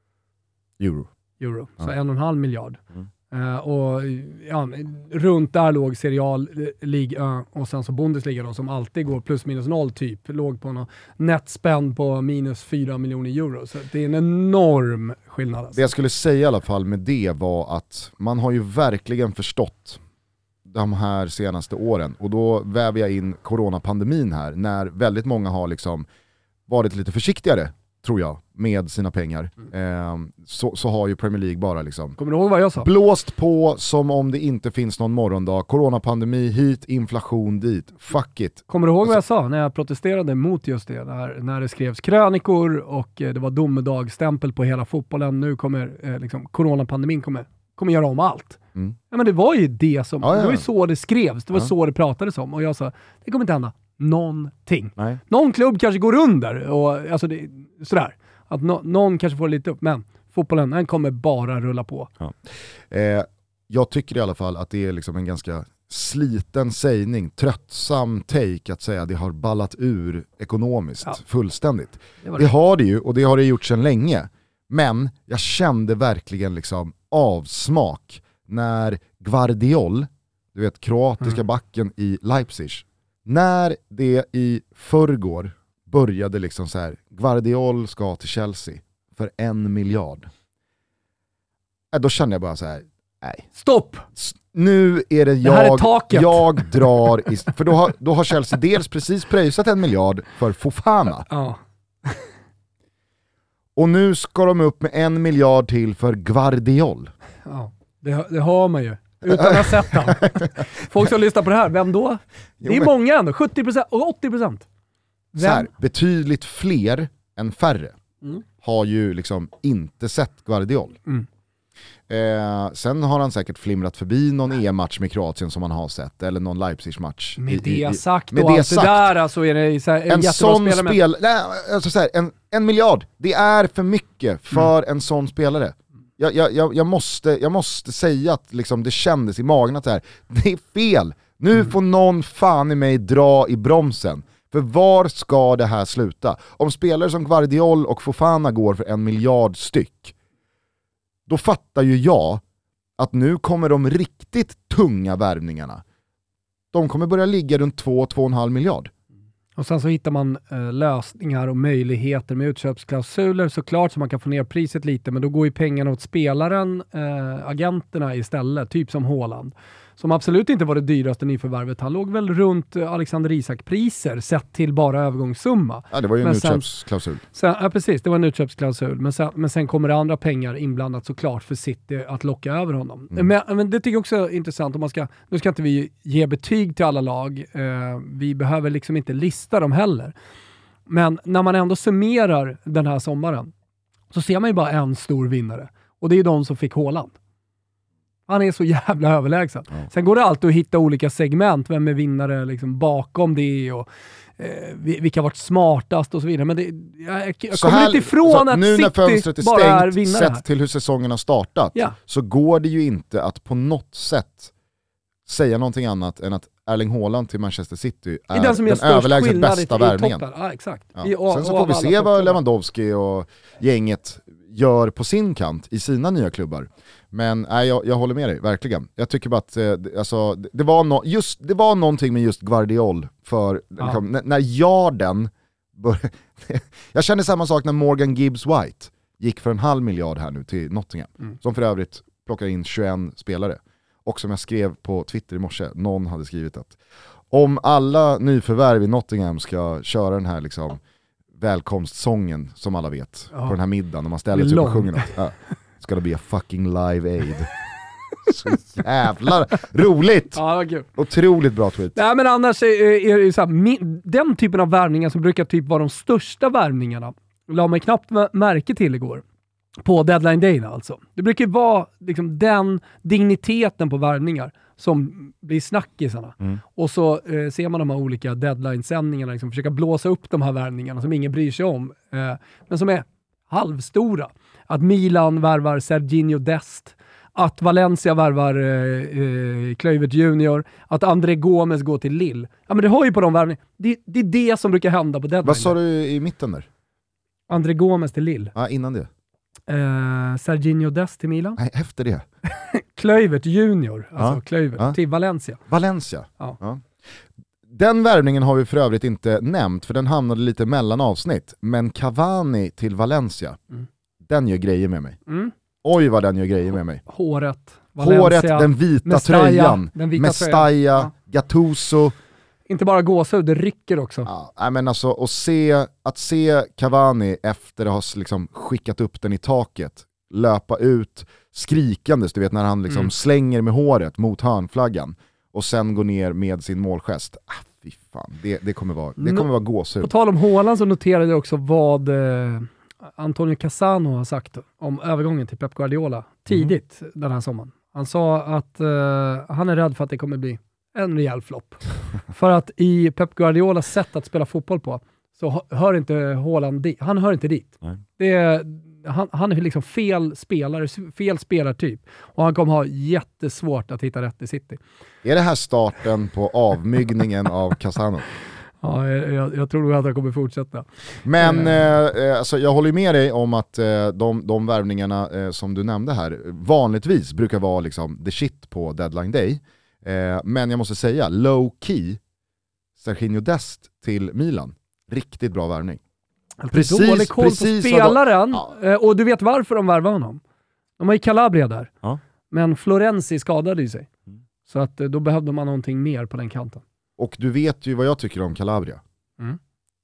euro, euro. Ja. Så en och en halv miljard. Mm. Eh, och ja, runt där låg Serial Liga och sen så Bundesliga då, som alltid går plus minus noll typ, låg på någon netspend på minus fyra miljoner euro. Så det är en enorm skillnad. Alltså. Det jag skulle säga i alla fall med det var att man har ju verkligen förstått de här senaste åren, och då väver jag in coronapandemin här, när väldigt många har liksom varit lite försiktigare, tror jag, med sina pengar. Mm. Eh, så, så har ju Premier League bara liksom Kommer du ihåg vad jag sa? blåst på som om det inte finns någon morgondag. Coronapandemi hit, inflation dit. Fuck it. Kommer du ihåg vad jag sa när jag protesterade mot just det? När, när det skrevs krönikor och eh, det var domedagsstämpel på hela fotbollen. Nu kommer eh, liksom, coronapandemin kommer, kommer göra om allt. Mm. Ja, men det var ju det som, ja, ja. Det var ju så det skrevs. Det var ja. så det pratades om. Och jag sa, det kommer inte hända någonting. Nej. Någon klubb kanske går under och alltså det, sådär. Att no, någon kanske får lite upp, men fotbollen, den kommer bara rulla på. Ja. Eh, jag tycker i alla fall att det är liksom en ganska sliten sägning, tröttsam take att säga att det har ballat ur ekonomiskt ja. fullständigt. Det, det. det har det ju, och det har det gjort sedan länge. Men jag kände verkligen liksom avsmak när Gvardiol, du vet kroatiska mm. backen i Leipzig, när det i förrgår började liksom så här, Gvardiol ska till Chelsea för en miljard. Äh, då kände jag bara så här, nej. Stopp! S- nu är det jag, det här är taket. jag drar, i, för då har, då har Chelsea dels precis pröjsat en miljard för Fofana. Ja. Och nu ska de upp med en miljard till för Gvardiol. Ja, det, det har man ju. Utan att ha sett den. Folk som lyssnar på det här, vem då? Det är jo, men... många ändå, sjuttio procent och åttio procent. Vem? Så här, betydligt fler än färre mm. har ju liksom inte sett Gvardiol. Mm. Eh, sen har han säkert flimrat förbi någon E M-match med Kroatien som man har sett, eller någon Leipzig-match. Med det i, i, sagt med och det allt sagt. Det där så är det så här, en, en sån spelare spel, med... nej, alltså så här, en, en miljard, det är för mycket för mm. en sån spelare. Jag, jag, jag, måste, jag måste säga att liksom det kändes i magen att det, här, det är fel. Nu mm. får någon fan i mig dra i bromsen. För var ska det här sluta? Om spelare som Gvardiol och Fofana går för en miljard styck, då fattar ju jag att nu kommer de riktigt tunga värvningarna. De kommer börja ligga runt två till två komma fem miljard. Och sen så hittar man eh, lösningar och möjligheter med utköpsklausuler såklart så man kan få ner priset lite, men då går ju pengarna åt spelaren, eh, agenterna istället, typ som Haaland. Som absolut inte var det dyraste nyförvärvet. Han låg väl runt Alexander Isak-priser sett till bara övergångssumma. Ja, det var ju en men utköpsklausul. Sen, ja, precis. Det var en utköpsklausul. Men sen, men sen kommer det andra pengar inblandat såklart för City att locka över honom. Mm. Men, men det tycker jag också är intressant. Om man ska, nu ska inte vi ge betyg till alla lag. Eh, vi behöver liksom inte lista dem heller. Men när man ändå summerar den här sommaren så ser man ju bara en stor vinnare. Och det är ju de som fick Haaland. Han är så jävla överlägsen. Ja. Sen går det alltid att hitta olika segment. Vem är vinnare liksom bakom det? Och, eh, vilka har varit smartast och så vidare. Men det, jag, jag så kommer här, inte ifrån att nu när City fönstret är bara är stängt, vinnare här. sett till hur säsongen har startat, Ja. så går det ju inte att på något sätt säga någonting annat än att Erling Haaland till Manchester City är, är den, den överlägset bästa värvningen. Ja, exakt. Ja. I, och, Sen så får vi se vad Lewandowski och gänget gör på sin kant i sina nya klubbar. Men nej, jag, jag håller med dig, verkligen. Jag tycker bara att eh, alltså, det, var no, just, det var någonting med just Guardiol för ja. liksom, när, när Jarden bör, jag känner samma sak när Morgan Gibbs White gick för en halv miljard här nu till Nottingham. Mm. Som för övrigt plockar in tjugoett spelare. Och som jag skrev på Twitter i morse, någon hade skrivit att om alla nyförvärv i Nottingham ska köra den här liksom välkomstsången som alla vet ja. på den här middagen och man ställer sig upp och sjunger något. Ja. Ska det bli a fucking live aid. Så jävla roligt! Ja, kul. Otroligt bra tweet. Nej, men annars är, är det så här, den typen av värvningar som brukar typ vara de största värvningarna la mig knappt märke till igår. På deadline day alltså. Det brukar vara liksom den digniteten på värvningar som blir snackisarna. Mm. Och så eh, ser man de här olika deadline-sändningarna liksom, försöka blåsa upp de här värvningarna som ingen bryr sig om. Eh, men som är halvstora. Att Milan värvar Serginho Dest. Att Valencia värvar eh, eh, Kluivert junior. Att André Gomes går till Lille. Ja, men det har ju på de värvningarna. Det, det är det som brukar hända på deadline. Vad sa du i mitten där? André Gomes till Lille. Ja, innan det. Uh, Serginho Dest till Milan. Nej, efter det. Kluivert junior, alltså ja. Kluivert, ja. till Valencia. Valencia. Ja. Ja. Den värvningen har vi för övrigt inte nämnt, för den hamnade lite mellan avsnitt. Men Cavani till Valencia, mm. den gör grejer med mig. Mm. Oj vad den gör grejer med mig. Håret, Valencia, Håret, den vita Mestalla, tröjan, den vita Mestalla, ja. Gattuso. Inte bara gåshud, det rycker också. Ja, men alltså, att, se, att se Cavani efter att ha liksom skickat upp den i taket, löpa ut skrikandes, du vet när han liksom mm. slänger med håret mot hörnflaggan och sen går ner med sin målgest. Ah, fy fan, det, det kommer vara, det kommer vara gåshud. På tal om Haaland så noterade jag också vad eh, Antonio Cassano har sagt om övergången till Pep Guardiola tidigt mm. den här sommaren. Han sa att eh, han är rädd för att det kommer bli en rejäl flopp. För att i Pep Guardiolas sätt att spela fotboll på så hör inte Haaland dit. Han hör inte dit. Det är, han, han är liksom fel spelare, fel spelartyp. Och han kommer ha jättesvårt att hitta rätt i City. Är det här starten på avmygningen av Cassano? Ja, jag, jag tror nog att han kommer fortsätta. Men eh, alltså, jag håller med dig om att eh, de, de värvningarna eh, som du nämnde här vanligtvis brukar vara liksom the shit på deadline day. Eh, men jag måste säga, low key Serginho Dest till Milan. Riktigt bra värvning. Precis, dålig koll precis på spelaren. Ja. Eh, och du vet varför de värvar honom. De har ju Calabria där. Ja. Men Florenzi skadade ju sig. Mm. Så att eh, då behövde man någonting mer på den kanten. Och du vet ju vad jag tycker om Calabria. Mm.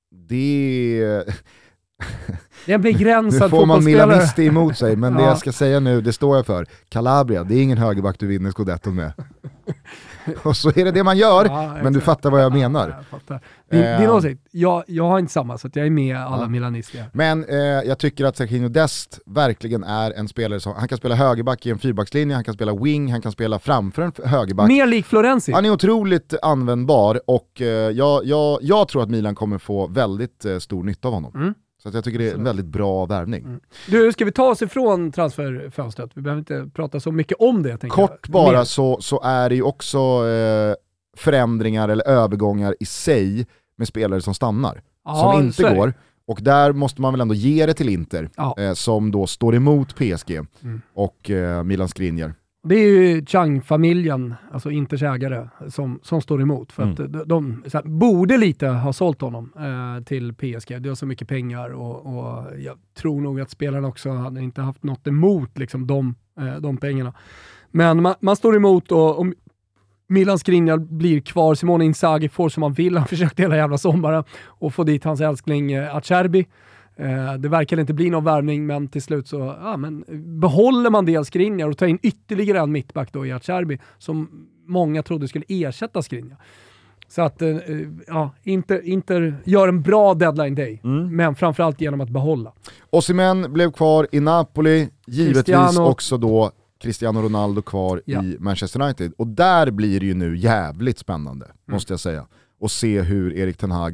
Det det är en begränsad fotbollsspelare. Nu får man Milanisti emot sig, men ja. det jag ska säga nu, det står jag för. Calabria, det är ingen högerback du vinner Scudetton med. Och så är det det man gör, ja, men du fattar vad jag menar. Ja, jag fattar. Din, eh. din åsikt, jag, jag har inte samma, så att jag är med alla ja. Milanister. Men eh, jag tycker att Serginho Dest verkligen är en spelare som, han kan spela högerback i en fyrbackslinje, han kan spela wing, han kan spela framför en högerback. Mer lik Florenzi. Han är otroligt användbar och eh, jag, jag, jag tror att Milan kommer få väldigt eh, stor nytta av honom. Mm. Så att jag tycker det är en väldigt bra värvning. Mm. Du, ska vi ta oss ifrån transferfönstret? Vi behöver inte prata så mycket om det. Kort jag. bara så, så är det ju också eh, förändringar eller övergångar i sig med spelare som stannar. Ja, som inte går. Och där måste man väl ändå ge det till Inter. Ja. Eh, som då står emot P S G mm. och eh, Milan Skriniar. Det är ju Chang-familjen, alltså Inters ägare, som, som står emot. För mm. att de, de så här, borde lite ha sålt honom eh, till P S G. Det har så mycket pengar och, och jag tror nog att spelarna också hade inte haft något emot liksom, de, eh, de pengarna. Men man, man står emot och, och Milan Skriniar blir kvar. Simone Inzaghi får som han vill. Han försökte hela jävla sommaren och få dit hans älskling eh, Acerbi. Eh, det verkar inte bli någon värvning, men till slut så ja, men behåller man det Skriniar och tar in ytterligare en mittback då i Acerbi som många trodde skulle ersätta Skriniar. Så att eh, ja, Inter, Inter gör en bra deadline day, mm. men framförallt genom att behålla. Osimhen blev kvar i Napoli, givetvis Cristiano. Också då Cristiano Ronaldo kvar ja. i Manchester United. Och där blir det ju nu jävligt spännande, mm. måste jag säga. Och se hur Erik Ten Hag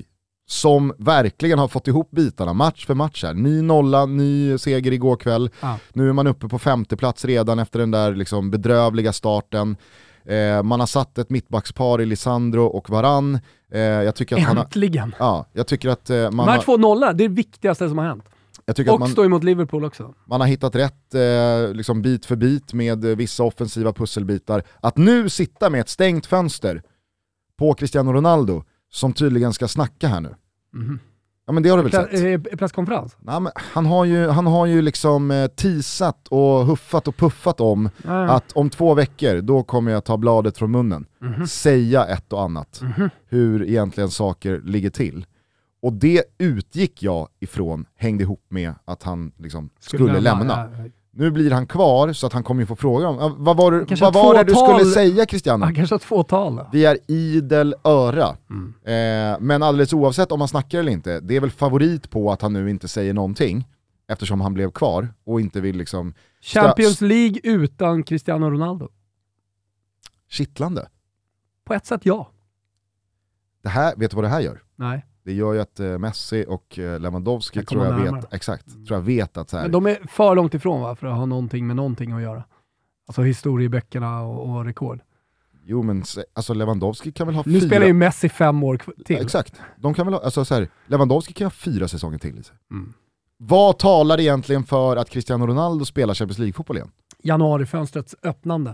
som verkligen har fått ihop bitarna match för match här. Ny nolla, ny seger igår kväll. Ah. Nu är man uppe på femte plats redan efter den där liksom bedrövliga starten. Eh, man har satt ett mittbackspar i Lisandro och Varane. Eh, jag tycker att Äntligen! Man har, ja, jag tycker att eh, man Match två noll, det är det viktigaste som har hänt. Jag tycker och att man, stå emot Liverpool också. Man har hittat rätt eh, liksom bit för bit med eh, vissa offensiva pusselbitar. Att nu sitta med ett stängt fönster på Cristiano Ronaldo som tydligen ska snacka här nu. Mm. Ja, men det har du väl sett? Är det presskonferens? Ja, men han har ju, han har ju liksom eh, teasat och huffat och puffat om mm. att om två veckor då kommer jag ta bladet från munnen. Mm. Säga ett och annat. Mm. Hur egentligen saker ligger till. Och det utgick jag ifrån hängde ihop med att han liksom skulle, skulle lämna. Ja, ja. Nu blir han kvar så att han kommer ju få fråga om vad var, det, vad var det du skulle säga, Cristiano? Han kanske har två tal. Vi är idel öra. Mm. Eh, men alldeles oavsett om han snackar eller inte, det är väl favorit på att han nu inte säger någonting eftersom han blev kvar och inte vill liksom... Champions League utan Cristiano Ronaldo. Kittlande. På ett sätt ja. Det här, vet du vad det här gör? Nej. Det gör ju att uh, Messi och uh, Lewandowski tror jag närmare. vet exakt, mm. tror jag vet att så här. Men de är för långt ifrån, va, för att ha någonting med någonting att göra. Alltså historieböckerna och, och rekord. Jo, men alltså Lewandowski kan väl ha nu fyra... Nu spelar ju Messi fem år till. Ja, exakt. De kan väl ha, alltså så här, Lewandowski kan ha fyra säsonger till. Mm. Vad talar egentligen för att Cristiano Ronaldo spelar Champions League-fotboll igen? Januarifönstrets öppnande.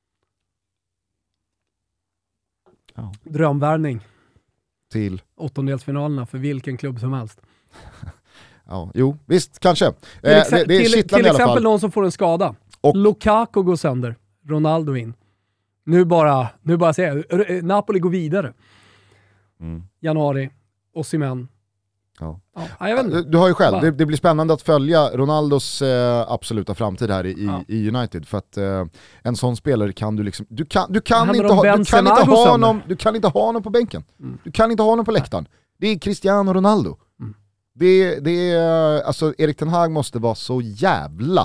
Ja. Drömvärvning. Till åttondelsfinalerna för vilken klubb som helst. Ja, jo, visst, kanske. Eh, till ex- det, det är till, till i alla exempel fall. Någon som får en skada. Och Lukaku går sönder. Ronaldo in. Nu bara, nu bara säger jag, Napoli går vidare. Mm. Januari, Osimhen. Ja. Ja, jag vet inte. Du har ju själv, det, det blir spännande att följa Ronaldos eh, absoluta framtid här i, ja. i United, för att eh, en sån spelare kan du liksom, du kan, du kan, inte ha, du kan inte ha honom, du kan inte ha honom på bänken. Mm. Du kan inte ha honom på läktaren. Det är Cristiano Ronaldo. Mm. Det, det är, alltså Erik ten Hag måste vara så jävla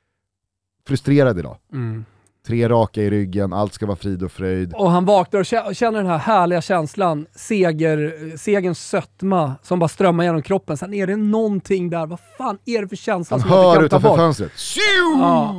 frustrerad idag. Mm. Tre raka i ryggen, allt ska vara frid och fröjd. Och han vaknar och känner den här härliga känslan, seger, segerns sötma som bara strömmar genom kroppen. Sen är det någonting där, vad fan är det för känsla han som hör man inte kan utanför ta bort? Fönstret. Ja.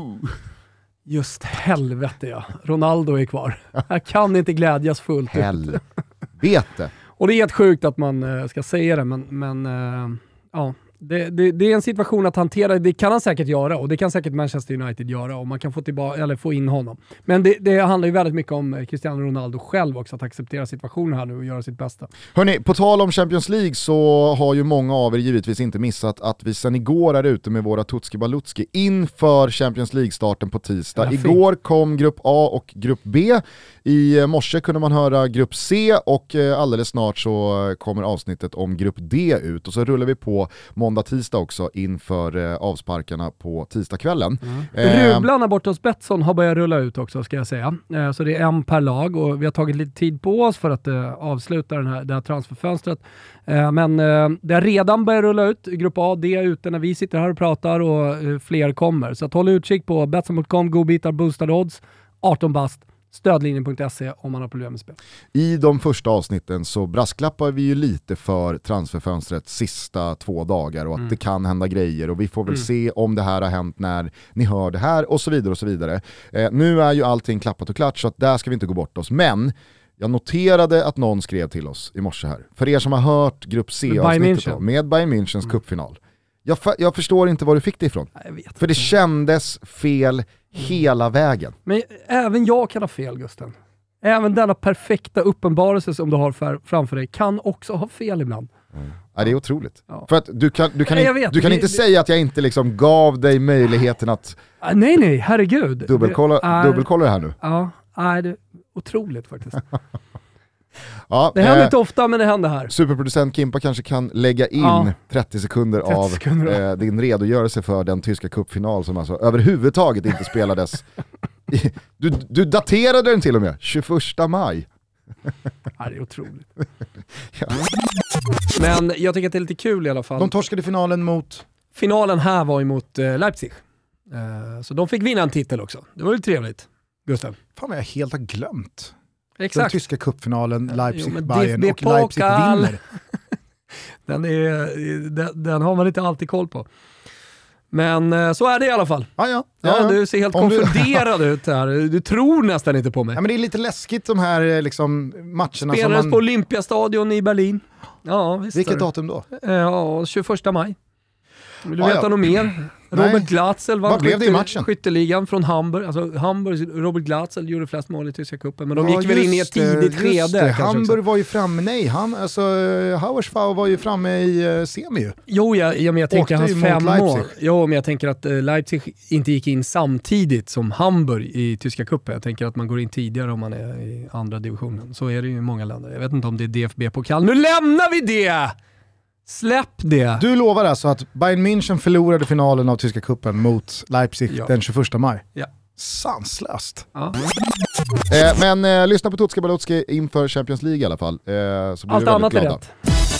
Just helvete ja, Ronaldo är kvar. Jag kan inte glädjas fullt ut. Helvete. Och det är helt sjukt att man ska säga det, men, men uh, ja. Det, det, det är en situation att hantera, det kan han säkert göra och det kan säkert Manchester United göra och man kan få, tillbaka, eller få in honom. Men det, det handlar ju väldigt mycket om Cristiano Ronaldo själv också, att acceptera situationen här nu och göra sitt bästa. Hörrni, på tal om Champions League så har ju många av er givetvis inte missat att vi sedan igår är ute med våra Tutski Balutski inför Champions League-starten på tisdag. Igår kom grupp A och grupp B. I morse kunde man höra grupp C och alldeles snart så kommer avsnittet om grupp D ut och så rullar vi på måndag, tisdag också inför eh, avsparkarna på tisdagskvällen. Mm. Eh, Rublarna borta hos Betsson har börjat rulla ut också, ska jag säga. Eh, så det är en per lag och vi har tagit lite tid på oss för att eh, avsluta den här, det här transferfönstret. Eh, men eh, det har redan börjat rulla ut. Grupp A, D är ute när vi sitter här och pratar och eh, fler kommer. Så att håll utkik på Betsson punkt com, godbitar, boostade odds, arton bast. Stödlinjen punkt se om man har problem med spel. I de första avsnitten så brasklappar vi ju lite för transferfönstrets sista två dagar och att mm. det kan hända grejer och vi får väl mm. se om det här har hänt när ni hör det här och så vidare och så vidare. Eh, nu är ju allting klappat och klart så att där ska vi inte gå bort oss. Men jag noterade att någon skrev till oss i morse här. För er som har hört grupp C-avsnittet då, med Bayern Münchens mm. cupfinal. Jag, jag förstår inte var du fick det ifrån. Jag vet för det inte. Kändes fel hela vägen. Men även jag kan ha fel, Gusten. Även denna perfekta uppenbarelse som du har för, framför dig kan också ha fel ibland. Mm. Ja, det är otroligt. Ja. För att du kan, du kan, nej, in, du kan det, inte det, säga att jag inte liksom gav dig möjligheten att nej, nej, herregud. Dubbelkolla, det är, dubbelkolla det här nu. Ja, nej, det är otroligt faktiskt. Ja, det händer eh, inte ofta, men det händer här. Superproducent Kimpa kanske kan lägga in ja. trettio sekunder trettio av sekunder. Eh, din redogörelse för den tyska cupfinal som alltså överhuvudtaget inte spelades. Du, du daterade den till och med, tjugoförsta maj. Ja, det är otroligt. Ja. Men jag tycker att det är lite kul i alla fall. De torskade finalen mot? Finalen här var emot eh, Leipzig. Eh, så de fick vinna en titel också. Det var ju trevligt, Gustav. Fan vad jag helt har glömt. Exakt. Den tyska cupfinalen, Leipzig, jo, Bayern och Leipzig vinner. Den, är, den, den har man inte alltid koll på. Men eh, så är det i alla fall. Ah, ja. Ja, Ja, ja. du ser helt Om konfunderad ut här. Du tror nästan inte på mig. Ja, men det är lite läskigt de här liksom, matcherna. Spelades som man... på Olympiastadion i Berlin. Ja, visst. Vilket datum då? Ja, tjugoförsta maj. Vill du Ah, veta ja. något mer? Robert Glatzel vann Vad blev det i matchen? skytteligan från Hamburg. Alltså Hamburg, Robert Glatzel gjorde flest mål i tyska cupen, men de Ja, gick väl in i ett just det, tidigt just skede. det. kanske Hamburg också. var ju framme, nej, han, alltså, Hauersfau var ju framme i uh, semi ju. Jo, ja, ja, men jag tänker Åkte hans ju mot fem Leipzig. mål. Jo, men jag tänker att uh, Leipzig inte gick in samtidigt som Hamburg i tyska cupen. Jag tänker att man går in tidigare om man är i andra divisionen. Så är det ju i många länder. Jag vet inte om det är D F B-pokal. Nu lämnar vi det! Släpp det! Du lovar alltså att Bayern München förlorade finalen av tyska cupen mot Leipzig Ja. den tjugoförsta maj. Ja. Sanslöst. Ja. Eh, men eh, lyssna på Tutska Balutski inför Champions League i alla fall. Eh, så blir Allt vi annat är glada. rätt.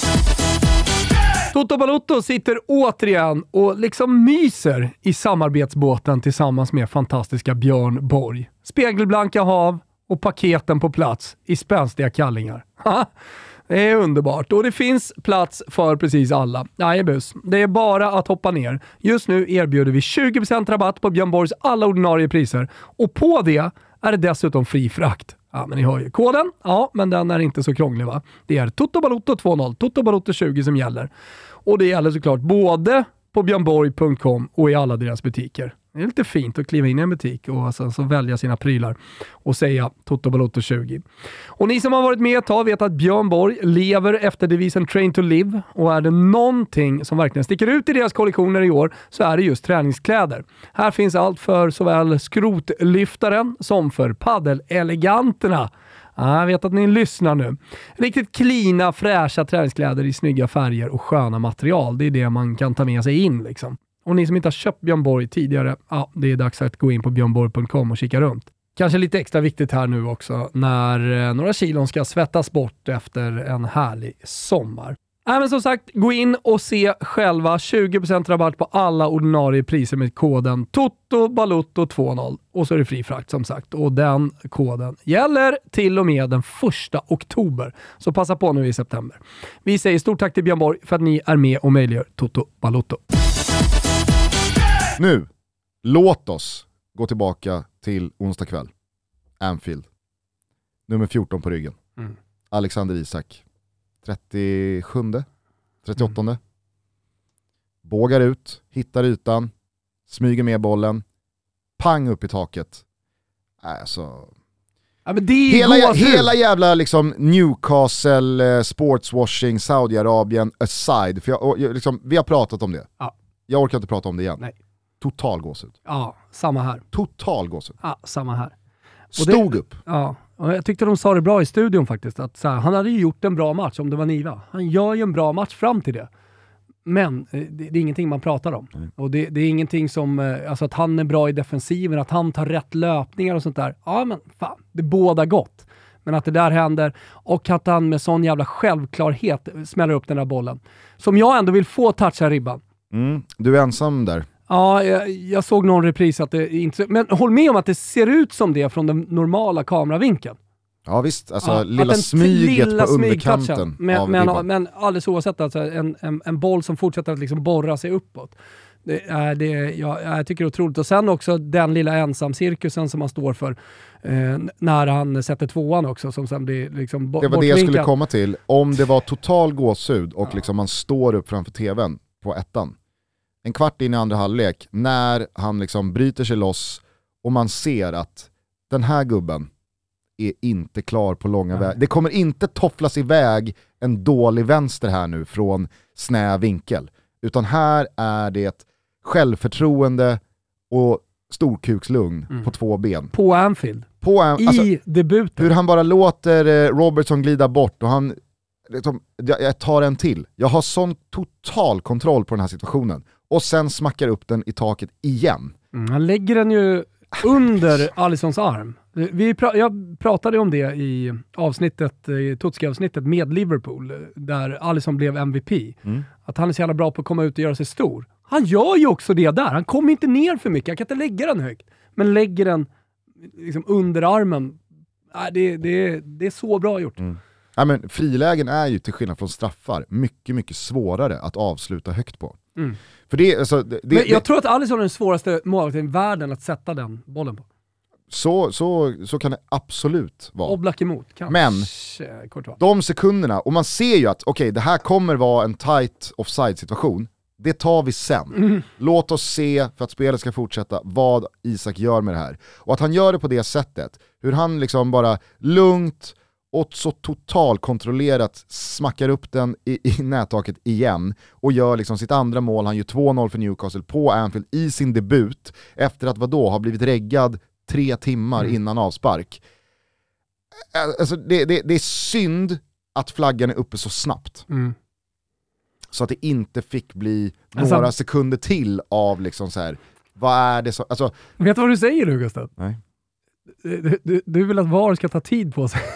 Toto Balotto sitter återigen och liksom myser i samarbetsbåten tillsammans med fantastiska Björn Borg. Spegelblanka hav och paketen på plats i spänstiga kallingar. Det är underbart och det finns plats för precis alla. Nej, bus. Det är bara att hoppa ner. Just nu erbjuder vi tjugo procent rabatt på Björn Borgs alla ordinarie priser och på det är det dessutom fri frakt. Ja, men ni har ju koden. Ja, men den är inte så krånglig, va? Det är Toto Balotto tjugo, Toto Balotto tjugo som gäller. Och det gäller såklart både på björnborg punkt com och i alla deras butiker. Det är lite fint att kliva in i en butik och sen så välja sina prylar och säga Toto Balotto tjugo. Och ni som har varit med ett tag vet att Björn Borg lever efter devisen Train to Live, och är det någonting som verkligen sticker ut i deras kollektioner i år så är det just träningskläder. Här finns allt för såväl skrotlyftaren som för paddeleleganterna. Jag vet att ni lyssnar nu. Riktigt klina, fräscha träningskläder i snygga färger och sköna material. Det är det man kan ta med sig in liksom. Och ni som inte har köpt Björn Borg tidigare, ja, det är dags att gå in på björnborg punkt com och kika runt. Kanske lite extra viktigt här nu också när eh, några kilon ska svettas bort efter en härlig sommar. Äh, men som sagt, gå in och se själva. Tjugo procent rabatt på alla ordinarie priser med koden Toto Balotto tjugo. Och så är det fri frakt som sagt. Och den koden gäller till och med den första oktober. Så passa på nu i september. Vi säger stort tack till Björn Borg för att ni är med och möjliggör Toto Balotto. Nu, låt oss gå tillbaka till onsdag kväll. Anfield. Nummer fjorton på ryggen. Mm. Alexander Isak. trettiosju, trettioåtta. Mm. Bågar ut, hittar ytan, smyger med bollen, pang upp i taket. Alltså... Ja, men det är hela, gåshud. hela jävla liksom Newcastle, eh, sportswashing, Saudiarabien aside. För jag, jag, liksom, vi har pratat om det. Ja. Jag orkar inte prata om det igen. Nej. Total gåshud. Ja, samma här. Total gåshud. Ja, samma här. Och Stod det, upp. Ja, och jag tyckte de sa det bra i studion faktiskt. Att så här, han hade ju gjort en bra match om det var Niva. Han gör ju en bra match fram till det. Men det, det är ingenting man pratar om. Mm. Och det, det är ingenting som, alltså att han är bra i defensiven, att han tar rätt löpningar och sånt där. Ja men fan, det är båda gott. Men att det där händer och att han med sån jävla självklarhet smäller upp den där bollen. Som jag ändå vill få toucha ribban. Mm. Du är ensam där. Ja, jag, jag såg någon repris att det inte... Men håll med om att det ser ut som det från den normala kameravinkeln. Ja visst, alltså ja, lilla smyget lilla på underkanten. Men, men, men alldeles oavsett, alltså, en, en, en boll som fortsätter att liksom borra sig uppåt. Det är det, ja, jag tycker det är otroligt. Och sen också den lilla ensamcirkusen som han står för eh, när han sätter tvåan också. Som sen blir liksom bo- det var det jag skulle bortvinkad. komma till. Om det var total gåshud och ja. liksom man står upp framför tvn på ettan. En kvart in i andra halvlek när han liksom bryter sig loss och man ser att den här gubben är inte klar på långa väg. Det kommer inte tofflas iväg en dålig vänster här nu från snäv vinkel. Utan här är det självförtroende och storkukslugn mm. på två ben. På Anfield. På An- I alltså, debuten. Hur han bara låter eh, Robertson glida bort och han liksom, jag, jag tar en till. Jag har sån total kontroll på den här situationen. Och sen smackar upp den i taket igen. Mm, han lägger den ju under Alissons arm. Vi pra- jag pratade om det i avsnittet, i Tutski-avsnittet med Liverpool, där Alisson blev M V P. Mm. Att han är så jävla bra på att komma ut och göra sig stor. Han gör ju också det där. Han kommer inte ner för mycket. Han kan inte lägga den högt. Men lägger den liksom under armen. Äh, det, det, det är så bra gjort. Mm. Ja, men frilägen är ju till skillnad från straffar mycket, mycket svårare att avsluta högt på. Mm. För det, alltså, det, men jag det, tror att Alisson är den svåraste målvakten i världen att sätta den bollen på. Så, så, så kan det absolut vara. Oblak emot, kanske. Men de sekunderna, och man ser ju att okej, okay, det här kommer vara en tight offside-situation. Det tar vi sen. Mm. Låt oss se, för att spelet ska fortsätta, vad Isak gör med det här. Och att han gör det på det sättet, hur han liksom bara lugnt och så totalkontrollerat smackar upp den i, i nättaket igen och gör liksom sitt andra mål. Han gör två noll för Newcastle på Anfield i sin debut efter att vadå, ha blivit reggad tre timmar mm. innan avspark. Alltså det, det, det är synd att flaggan är uppe så snabbt. Mm. Så att det inte fick bli några alltså, sekunder till av liksom så här, vad är det så, alltså... Vet du vad du säger nu, Gustav? Nej. Du, du, du vill att V A R ska ta tid på sig.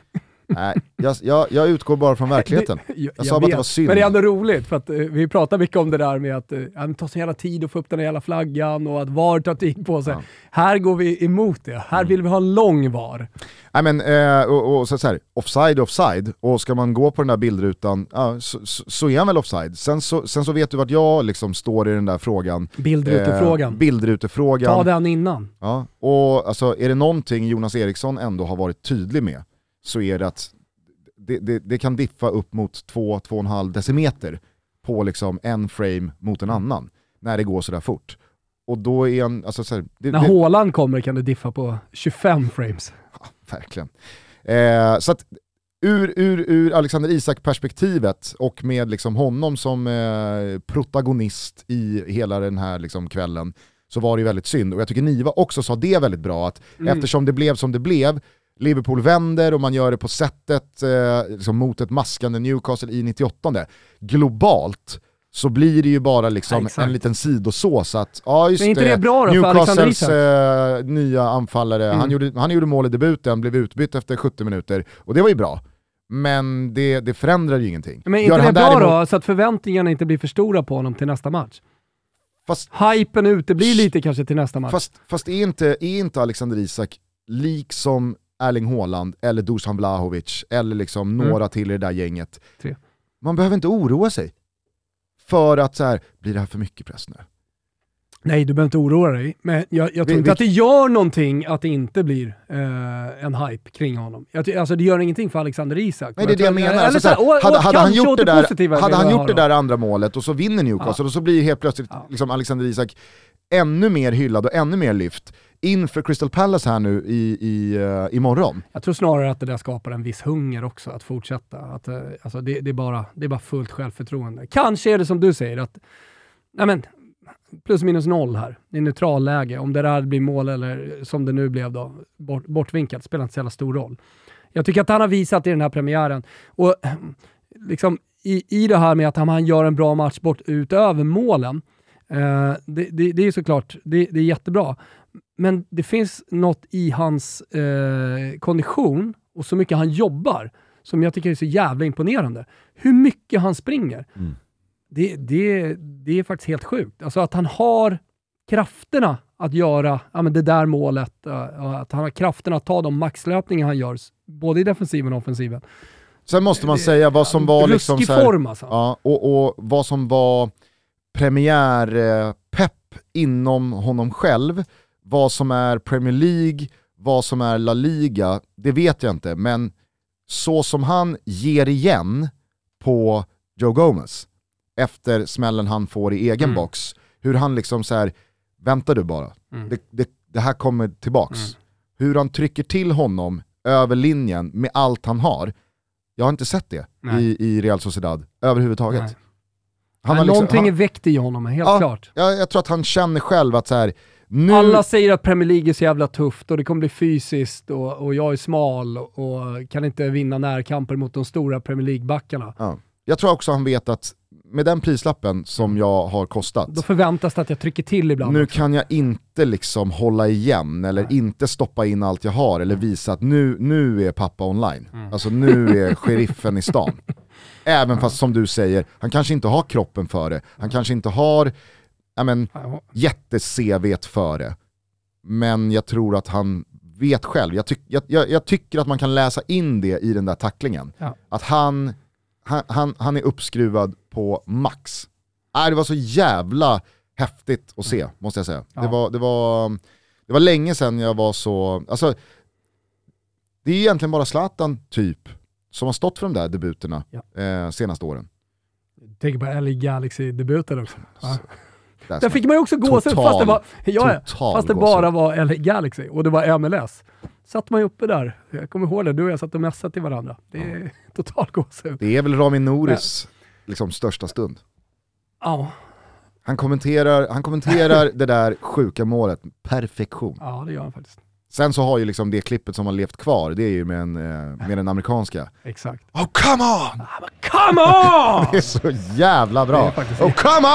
Nej, jag, jag, jag utgår bara från verkligheten. Jag, jag, jag sa bara att det var synd. Men det är ändå roligt, för att uh, vi pratar mycket om det där med att uh, ta så jävla tid att få upp den jävla flaggan och att V A R tar tid på sig. Ja. Här går vi emot det. Här mm. vill vi ha en lång V A R. Nej, men, uh, och, och så, så här, offside, offside. Och ska man gå på den där bildrutan, uh, så, så, så är han väl offside. Sen så, sen så vet du vart jag liksom står i den där frågan. Bildrutefrågan. Uh, bildrutefrågan. Ta den innan. Ja, och alltså, är det någonting Jonas Eriksson ändå har varit tydlig med, så är det att det, det, det kan diffa upp mot två till två komma fem decimeter på liksom en frame mot en annan när det går så där fort. Och då är en, alltså så här, det, när Haaland kommer kan det diffa på tjugofem frames. Ja, verkligen. Eh, så att ur, ur, ur Alexander Isak-perspektivet och med liksom honom som eh, protagonist i hela den här liksom kvällen, så var det ju väldigt synd. Och jag tycker Niva också sa det väldigt bra, att mm. eftersom det blev som det blev, Liverpool vänder och man gör det på sättet eh, liksom mot ett maskande Newcastle i nittioåttonde. Globalt så blir det ju bara liksom ja, en liten sidosås att ja, just men inte det, det bra då, Newcastles eh, nya anfallare, mm. han, gjorde, han gjorde mål i debuten, blev utbytt efter sjuttio minuter och det var ju bra. Men det, det förändrar ju ingenting. Men inte det bra däremot... då, så att förväntningarna inte blir för stora på honom till nästa match? Fast hypen ute blir lite kanske till nästa match. Fast, fast är, inte, är inte Alexander Isak liksom Erling Haaland eller Dusan Vlahovic eller liksom mm. några till i det där gänget. Tre. Man behöver inte oroa sig för att så här, blir det här för mycket press nu? Nej, du behöver inte oroa dig. Men jag, jag tror vi, inte vi... att det gör någonting att det inte blir eh, en hype kring honom. Jag, alltså det gör ingenting för Alexander Isak. Nej, det är det jag menar. Eller, alltså, så här, och, hade, hade han gjort det där, hade han gjort det där andra målet och så vinner Newcastle ja. och så blir helt plötsligt ja. liksom Alexander Isak ännu mer hyllad och ännu mer lyft inför Crystal Palace här nu i, i, uh, imorgon. Jag tror snarare att det där skapar en viss hunger också att fortsätta. Att, uh, alltså det, det, är bara, det är bara fullt självförtroende. Kanske är det som du säger att nej men, plus minus noll här. Det är neutral läge. Om det där blir mål eller som det nu blev då, bort, bortvinkat, spelar inte så jävla stor roll. Jag tycker att han har visat i den här premiären. Och liksom i, i det här med att han gör en bra match bort utöver målen. Uh, det, det, det är såklart, det, det är jättebra. Men det finns något i hans eh, kondition och så mycket han jobbar som jag tycker är så jävla imponerande. Hur mycket han springer. Mm. Det, det, det är faktiskt helt sjukt. Alltså att han har krafterna att göra ja, men det där målet. Uh, att han har krafterna att ta de maxlöpningar han gör. Både i defensiven och offensiven. Sen måste man säga vad som var liksom så här, form alltså. Ja, och, och vad som var premiärpepp eh, inom honom själv. Vad som är Premier League, vad som är La Liga, det vet jag inte. Men så som han ger igen på Joe Gomez efter smällen han får i egen mm. box, hur han liksom så här, vänta du bara, mm. det, det, det här kommer tillbaks. Mm. Hur han trycker till honom över linjen med allt han har. Jag har inte sett det i, i Real Sociedad överhuvudtaget. Nej. Han har liksom, någonting han, är väckt i honom, helt ja, klart. Jag, jag tror att han känner själv att så här, nu... alla säger att Premier League är så jävla tufft och det kommer bli fysiskt och, och jag är smal och, och kan inte vinna närkamper mot de stora Premier League-backarna. Ja. Jag tror också han vet att med den prislappen som jag har kostat, då förväntas det att jag trycker till ibland. Nu också. kan jag inte liksom hålla igen eller Nej. inte stoppa in allt jag har eller visa att nu, nu är pappa online. Mm. Alltså nu är sheriffen i stan. Även mm. fast som du säger, han kanske inte har kroppen för det. Han kanske inte har ja, men, jätte-C V för det. Men jag tror att han vet själv. Jag, tyck, jag, jag, jag tycker att man kan läsa in det i den där tacklingen. Ja. Att han, han, han, han är uppskruvad på max. Äh, det var så jävla häftigt att se, måste jag säga. Ja. Det, var, det, var, det var länge sedan jag var så... Alltså, det är egentligen bara Zlatan typ som har stått för de där debuterna ja. eh, senaste åren. Tänk på L A Galaxy-debuten också. Ja. Där Där fick man ju också gå sig fast det, var, ja, fast det bara var L A Galaxy och det var M L S. Satt man ju uppe där. Jag kommer ihåg det, du och jag satt och mässade till varandra. Det är ja. total gåshud. Det är väl Rami Nouris liksom största stund. Ja. Han kommenterar, han kommenterar det där sjuka målet perfektion. Ja, det gör han faktiskt. Sen så har ju liksom det klippet som har levt kvar, det är ju med, en, med den amerikanska. Exakt. Oh, come on! Come on! Det är så jävla bra. Oh, come on!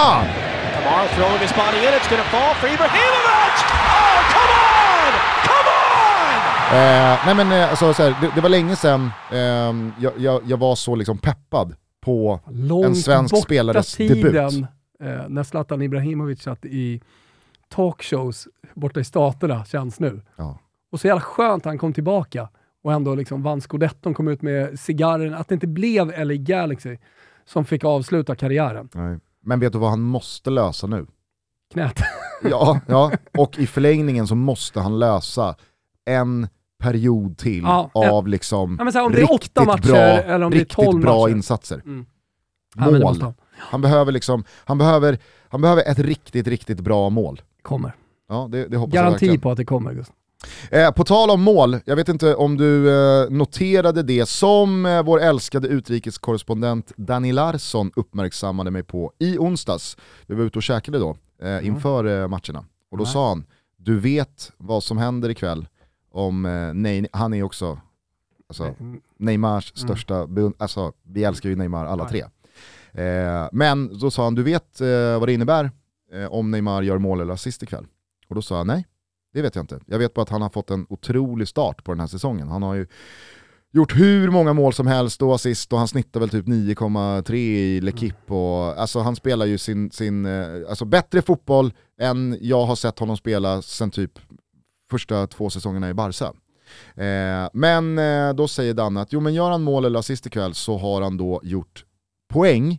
Kamara throwing his body in, it's gonna fall for Ibrahimovic! Oh, come on! Come on! Eh, nej men eh, alltså, så här, det, det var länge sedan eh, jag, jag, jag var så liksom peppad på långt en svensk spelares debut. Eh, när Zlatan Ibrahimovic satt i talkshows borta i staterna känns nu. Ja. Och så jävla skönt han kom tillbaka och ändå liksom vann Scudetton, kom ut med cigarren, att det inte blev L A Galaxy som fick avsluta karriären. Nej. Men vet du vad han måste lösa nu? Knät. Ja, ja, och i förlängningen så måste han lösa en period till ja, av liksom ja, men så här, om det är åtta matcher bra, eller om det är tolv bra matcher. insatser. Mm. Mål. Ja, han. han behöver liksom han behöver han behöver ett riktigt riktigt bra mål. Kommer. Ja, det, det hoppas Garanti jag på att det kommer, Gust. Eh, på tal om mål, jag vet inte om du eh, noterade det som eh, vår älskade utrikeskorrespondent Danny Larsson uppmärksammade mig på i onsdags. Vi var ute och käkade då eh, inför eh, matcherna. Och då Nej. sa han, du vet vad som händer ikväll om eh, nej, han är också alltså, mm. Neymars mm. största beund- alltså vi älskar ju Neymar alla tre. Eh, men då sa han, du vet eh, vad det innebär eh, om Neymar gör mål eller assist ikväll. Och då sa han, nej. Det vet jag inte. Jag vet bara att han har fått en otrolig start på den här säsongen. Han har ju gjort hur många mål som helst och assist och han snittar väl typ nio komma tre i L'Equipe. Och, alltså han spelar ju sin, sin alltså bättre fotboll än jag har sett honom spela sen typ första två säsongerna i Barca. Eh, men eh, då säger Dan att jo, men gör han mål eller assist ikväll så har han då gjort poäng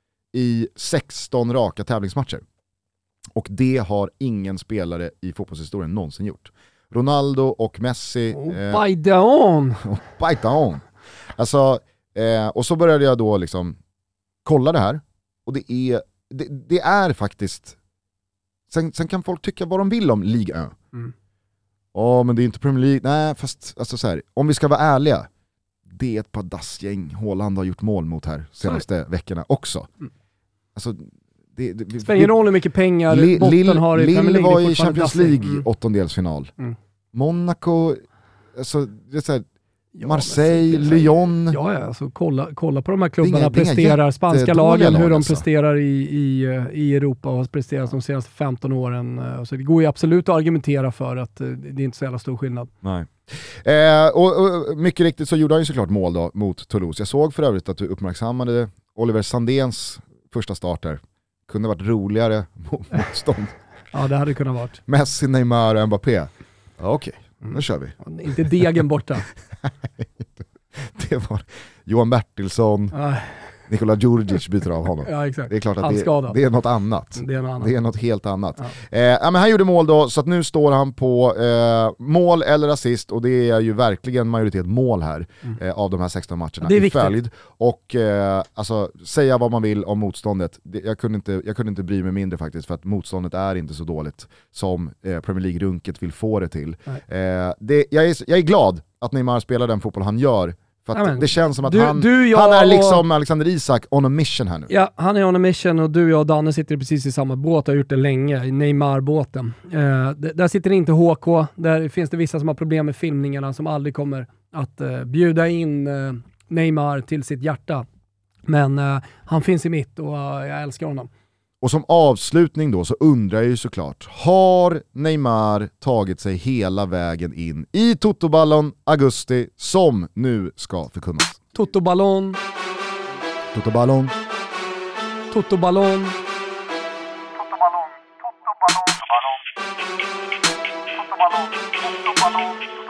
i sexton raka tävlingsmatcher. Och det har ingen spelare i fotbollshistorien någonsin gjort. Ronaldo och Messi... Oh, eh, bite on! Bite on! Alltså, eh, och så började jag då liksom kolla det här. Och det är, det, det är faktiskt... Sen, sen kan folk tycka vad de vill om Ligue ett. Mm. Ja, men det är inte Premier League. Nej, fast alltså så här, om vi ska vara ärliga. Det är ett par dassgäng Haaland har gjort mål mot här senaste Sorry. veckorna också. Mm. Alltså... Det, det, det spelar ingen roll hur mycket pengar Li, botten Lille, har i Premier Lille League. var i Champions League mm. åttondelsfinal. Mm. Monaco, alltså, det är så här, ja, Marseille, men, Lyon. Ja, ja alltså, kolla, kolla på de här klubbarna inga, presterar, spanska lagen, hur de alltså. presterar i, i, i Europa och har presterat de senaste femton åren. Så det går ju absolut att argumentera för att det är inte så jävla stor skillnad. Nej. Eh, och, och mycket riktigt så gjorde han ju såklart mål då mot Toulouse. Jag såg för övrigt att du uppmärksammade Oliver Sandéns första starter. Kunde varit roligare motstånd. Ja, det hade kunnat varit. Messi, Neymar och Mbappé. Ja, okej, okay. Nu kör vi. Ja, inte degen borta. Det var Johan Bertilsson. Nikola Djurdjic byter av honom. Ja, exakt. Det är klart att det, det är något annat. Det är något annat. Det är något helt annat. Ja. Eh, ja, men han gjorde mål då, så att nu står han på eh, mål eller assist, och det är ju verkligen majoritet mål här mm. eh, av de här sexton matcherna det är i följd. Och eh, alltså, säga vad man vill om motståndet. Det, jag, kunde inte, jag kunde inte bry mig mindre faktiskt, för att motståndet är inte så dåligt som eh, Premier League-runket vill få det till. Eh, det, jag, är, jag är glad att Neymar spelar den fotboll han gör. För att Amen. det känns som att du, han, du, han är liksom Alexander Isak on a mission här nu. Ja, han är on a mission, och du, jag och Danne sitter precis i samma båt och har gjort det länge, i Neymar-båten. Eh, d- där sitter inte H K, där finns det vissa som har problem med filmningarna som aldrig kommer att eh, bjuda in eh, Neymar till sitt hjärta. Men eh, han finns i mitt och uh, jag älskar honom. Och som avslutning då så undrar jag ju såklart, har Neymar tagit sig hela vägen in i Totoballon augusti som nu ska förkunnas? Totoballon. Totoballon. Totoballon. Totoballon. Totoballon. Totoballon. Totoballon. Totoballon.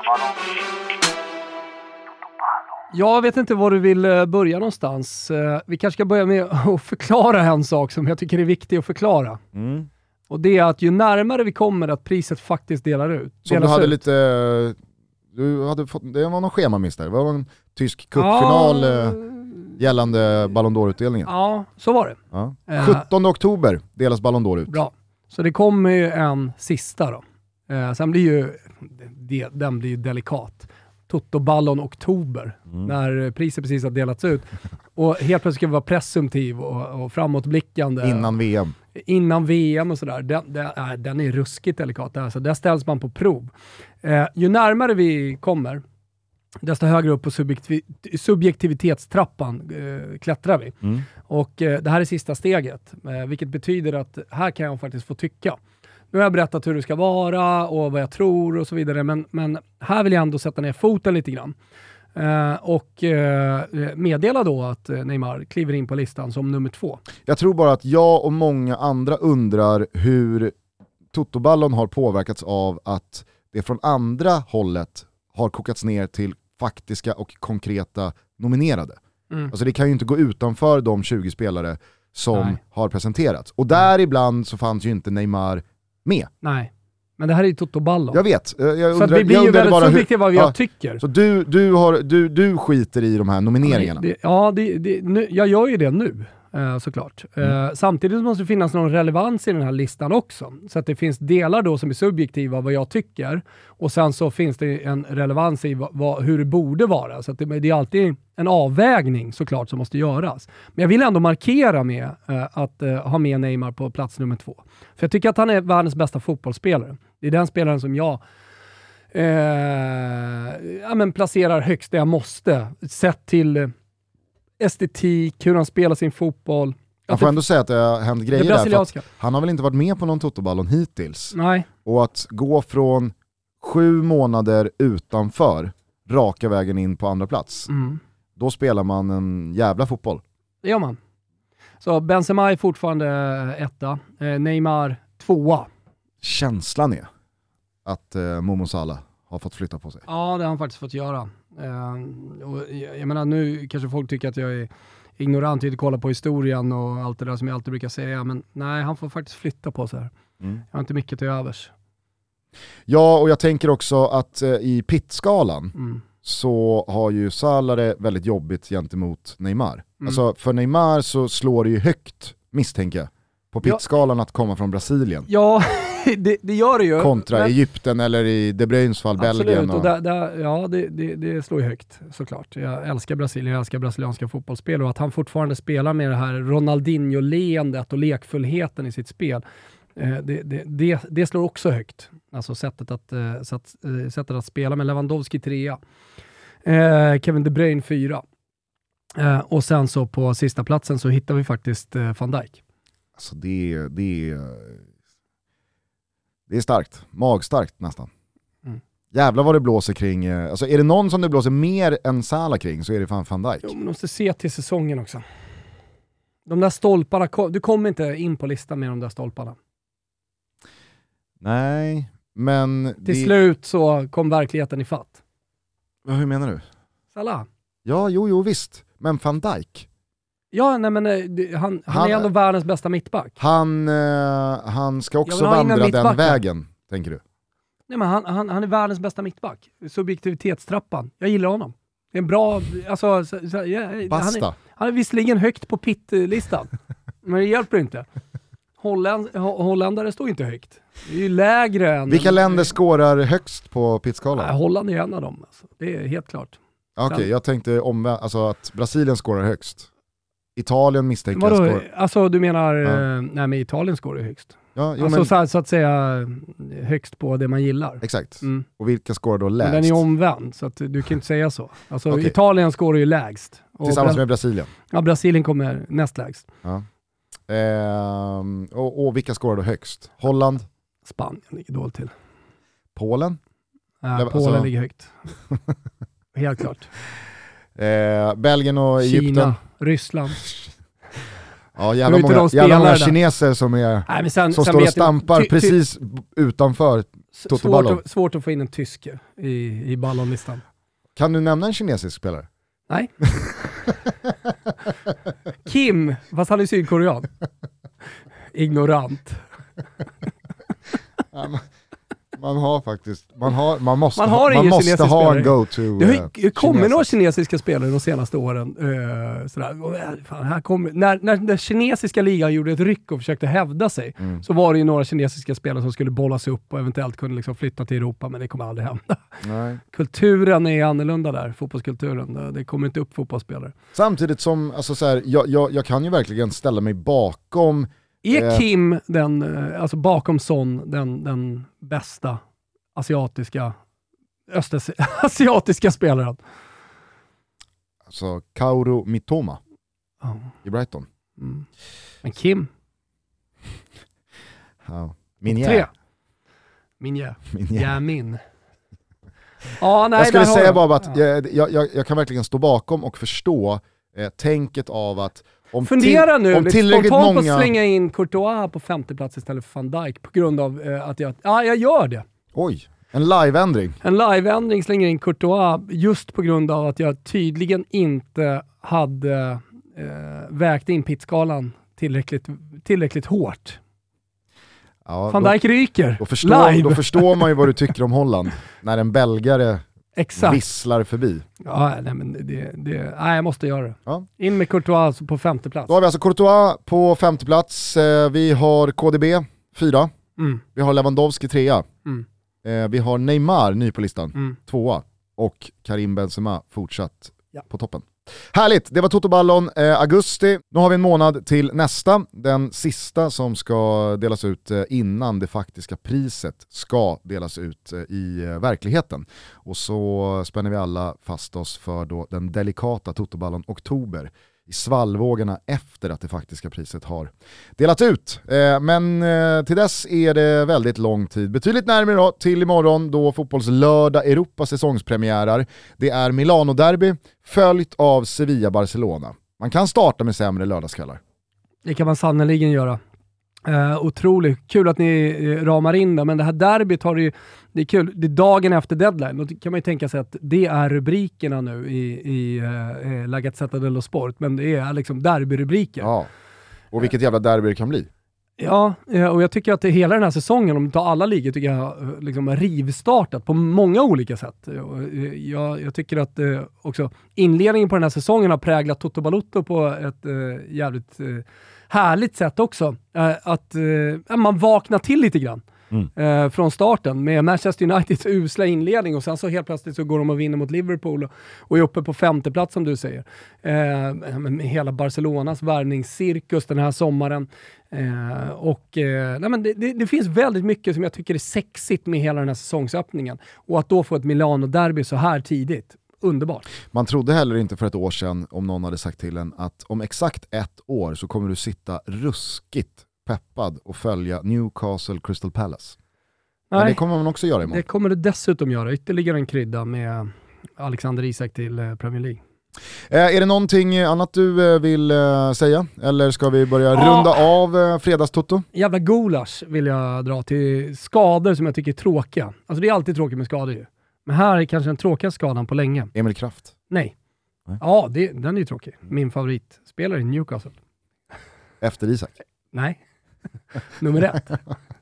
Jag vet inte var du vill börja någonstans. Vi kanske ska börja med att förklara en sak som jag tycker är viktig att förklara. Mm. Och det är att ju närmare vi kommer att priset faktiskt delar ut. Som du hade ut. lite... Du hade fått, det var någon schemamiss där. Det var en tysk cupfinal ja. gällande Ballon d'Or-utdelningen. Ja, så var det. Ja. sjuttonde oktober delas Ballon d'Or ut. Bra. Så det kommer ju en sista då. Eh, sen blir ju... Det, den blir ju delikat. Toto-ballon oktober, mm. när priset precis har delats ut. Och helt plötsligt ska vi vara presumtiv och, och framåtblickande. Innan V M. Innan V M och sådär. Den, den, äh, den är ruskigt delikat. Alltså, där ställs man på prov. Eh, ju närmare vi kommer, desto högre upp på subjektiv- subjektivitetstrappan eh, klättrar vi. Mm. Och eh, det här är sista steget. Eh, vilket betyder att här kan jag faktiskt få tycka. Nu har jag berättat hur det ska vara och vad jag tror och så vidare. Men, men här vill jag ändå sätta ner foten lite grann. Eh, och eh, meddela då att Neymar kliver in på listan som nummer två. Jag tror bara att jag och många andra undrar hur Toto-ballon har påverkats av att det från andra hållet har kokats ner till faktiska och konkreta nominerade. Mm. Alltså det kan ju inte gå utanför de tjugo spelare som Nej. har presenterats. Och där mm. ibland så fanns ju inte Neymar med. Nej, men det här är ju Toto-ballon. Jag vet. Jag undrar, så att vi blir jag ju väldigt bara subjektiva vad hur, jag ja, tycker. Så du, du, har, du, du skiter i de här nomineringarna? Det, ja, det, det, nu, jag gör ju det nu. Uh, såklart. Mm. Uh, samtidigt måste det finnas någon relevans i den här listan också. Så att det finns delar då som är subjektiva vad jag tycker. Och sen så finns det en relevans i vad, vad, hur det borde vara. Så att det, det är alltid en avvägning såklart som måste göras. Men jag vill ändå markera med uh, att uh, ha med Neymar på plats nummer två. För jag tycker att han är världens bästa fotbollsspelare. Det är den spelaren som jag uh, ja, men placerar högst där jag måste. Sett till uh, estetik, hur han spelar sin fotboll. Jag får ändå säga att det har hänt grejer där. För att han har väl inte varit med på någon Toto-ballon hittills. Nej. Och att gå från sju månader utanför raka vägen in på andra plats. Mm. Då spelar man en jävla fotboll. Det gör man. Så Benzema är fortfarande etta. Eh, Neymar tvåa. Känslan är att eh, Momo Salah har fått flytta på sig. Ja, det har han faktiskt fått göra. Uh, och jag, jag menar, nu kanske folk tycker att jag är ignorant och inte kollar på historien och allt det där som jag alltid brukar säga, men nej, han får faktiskt flytta på sig här. Mm. Jag har inte mycket till övers. Ja, och jag tänker också att uh, i pittskalan mm. så har ju Salah det väldigt jobbigt gentemot Neymar. Mm. Alltså för Neymar så slår det ju högt, misstänker jag, på pittskalan ja. att komma från Brasilien. Ja, det, det gör det ju. Kontra men... Egypten eller i De Bruynes fall Absolut, Belgien. Och... och där, där, ja, det, det, det slår ju högt såklart. Jag älskar Brasilien, jag älskar brasilianska fotbollsspel och att han fortfarande spelar med det här Ronaldinho-leendet och lekfullheten i sitt spel. Eh, det, det, det, det slår också högt. Alltså sättet att, eh, sätt, eh, sättet att spela med Lewandowski trea. Eh, Kevin De Bruyne fyra. Eh, och sen så på sista platsen så hittar vi faktiskt eh, Van Dijk. Alltså det, det, det är starkt. Magstarkt nästan. Mm. Jävlar vad det blåser kring. Alltså är det någon som det blåser mer än Salah kring så är det fan Van Dijk. Jo, men måste se till säsongen också. De där stolparna, du kommer inte in på listan med de där stolparna. Nej, men... Till det... slut så kom verkligheten i fatt. Hur menar du? Salah. Ja, jo, jo, visst. Men Van Dijk? Ja, nej men han, han, han är ändå världens bästa mittback. Han, eh, han ska också vandra den vägen, tänker du? Nej, men han, han, han är världens bästa mittback. Subjektivitetstrappan. Jag gillar honom. Det är en bra... Alltså, så, så, ja, han, är, han är visserligen högt på pittlistan. Men det hjälper inte. Holland, holländare står inte högt. Det är ju lägre än... Vilka länder skårar högst på pittskalan? Nej, Holland är en av dem. Alltså. Det är helt klart. Okej, okay, jag tänkte omvä- alltså att Brasilien skårar högst. Italien misstänker jag skår... Alltså du menar, ja. eh, nej men Italien skårar ju högst. Ja, jo, alltså men... så, här, så att säga högst på det man gillar. Exakt. Mm. Och vilka skårar då lägst? Men den är omvänd, så att du kan inte säga så. Alltså okay. Italien skårar ju lägst. Tillsammans med Brasilien? Ja, Brasilien kommer näst lägst. Ja. Ehm, och, och vilka skårar då högst? Holland? Spanien ligger dåligt till. Polen? Ja, Polen alltså... ligger högt. Helt klart. Eh, Belgien och Kina, Egypten. Ryssland. Ja, jävla många, jävla många kineser som, är, Nej, men sen, som sen står och stampar ty, ty, precis utanför svårt, att, svårt att få in en tysk i, i ballonlistan. Kan du nämna en kinesisk spelare? Nej. Kim, fast han är sydkorean. Ignorant. Ja, man, man har faktiskt, man, har, man måste, man har man måste ha spelare. En go-to. Det har kommit några kinesiska spelare de senaste åren. Uh, sådär. Fan, här kommer, när, när den kinesiska ligan gjorde ett ryck och försökte hävda sig, mm. så var det ju några kinesiska spelare som skulle bollas upp och eventuellt kunde liksom flytta till Europa, men det kommer aldrig hända. Nej. Kulturen är annorlunda där, fotbollskulturen. Det kommer inte upp fotbollsspelare. Samtidigt som, alltså så här, jag, jag, jag kan ju verkligen ställa mig bakom. Är Kim den, alltså bakom Son, den, den bästa asiatiska östasiatiska spelaren? Alltså Kaoru Mitoma oh. i Brighton. Mm. Men Kim? Ja. Minje. Tre. Minje. Ja, min. Ja, nej, jag skulle säga jag. bara att jag, jag, jag kan verkligen stå bakom och förstå eh, tänket av att Om Fundera nu, om tillräckligt spontant många... på att slänga in Courtois på femte plats istället för Van Dijk på grund av eh, att jag, ja, jag gör det. Oj, en live-ändring. En live-ändring slänger in Courtois just på grund av att jag tydligen inte hade eh, vägt in pitskalan tillräckligt, tillräckligt hårt. Ja, Van Dijk ryker, då förstår, live. Då förstår man ju vad du tycker om Holland när en belgare Exakt. visslar förbi. Ja, nej, men det, det, nej, jag måste göra det. Ja. In med Courtois på femte plats. Då har vi alltså Courtois på femte plats. Vi har K D B fyra. Mm. Vi har Lewandowski trea. Mm. Vi har Neymar ny på listan. Mm. Tvåa. Och Karim Benzema fortsatt ja. på toppen. Härligt, det var Toto-ballon eh, augusti. Nu har vi en månad till nästa. Den sista som ska delas ut eh, innan det faktiska priset ska delas ut eh, i eh, verkligheten. Och så spänner vi alla fast oss för då den delikata Toto-ballon oktober i svallvågorna efter att det faktiska priset har delat ut. Eh, men eh, till dess är det väldigt lång tid. Betydligt närmare då, till imorgon då fotbollslördag Europas säsongspremiärer. Det är Milano-derby följt av Sevilla-Barcelona. Man kan starta med sämre lördagskvällar. Det kan man sannoliken göra. Uh, otroligt kul att ni uh, ramar in det, men det här derbyt har ju, det är kul, det är dagen efter deadline. Då kan man ju tänka sig att det är rubrikerna nu i, i uh, La Gazzetta dello Sport, men det är liksom derbyrubriker. Ja, och vilket jävla derby det kan bli. Ja, och jag tycker att det, hela den här säsongen, om du tar alla ligor, tycker jag liksom har rivstartat på många olika sätt. Jag, jag tycker att eh, också inledningen på den här säsongen har präglat Toto Balotto på ett eh, jävligt eh, härligt sätt också. Eh, att eh, man vaknar till lite grann. Mm. Eh, från starten med Manchester Uniteds usla inledning och sen så helt plötsligt så går de och vinner mot Liverpool och, och är uppe på femte plats som du säger. Eh, med hela Barcelonas värvningscirkus den här sommaren. Eh, och eh, nej men det, det, det finns väldigt mycket som jag tycker är sexigt med hela den här säsongsöppningen. Och att då få ett Milano-derby så här tidigt. Underbart. Man trodde heller inte för ett år sedan, om någon hade sagt till en, att om exakt ett år så kommer du sitta ruskigt peppad och följa Newcastle Crystal Palace. Nej, men det kommer man också göra imorgon. Det kommer du dessutom göra. Ytterligare en krydda med Alexander Isak till Premier League. Eh, är det någonting annat du eh, vill eh, säga? Eller ska vi börja ja. runda av eh, fredagstotto? Jävla gulasch vill jag dra till skador som jag tycker är tråkiga. Alltså det är alltid tråkigt med skador ju. Men här är kanske den tråkiga skadan på länge. Emil Kraft? Nej. Nej. Ja, det, den är ju tråkig. Min favoritspelare i Newcastle. Efter Isak? Nej. Nummer ett.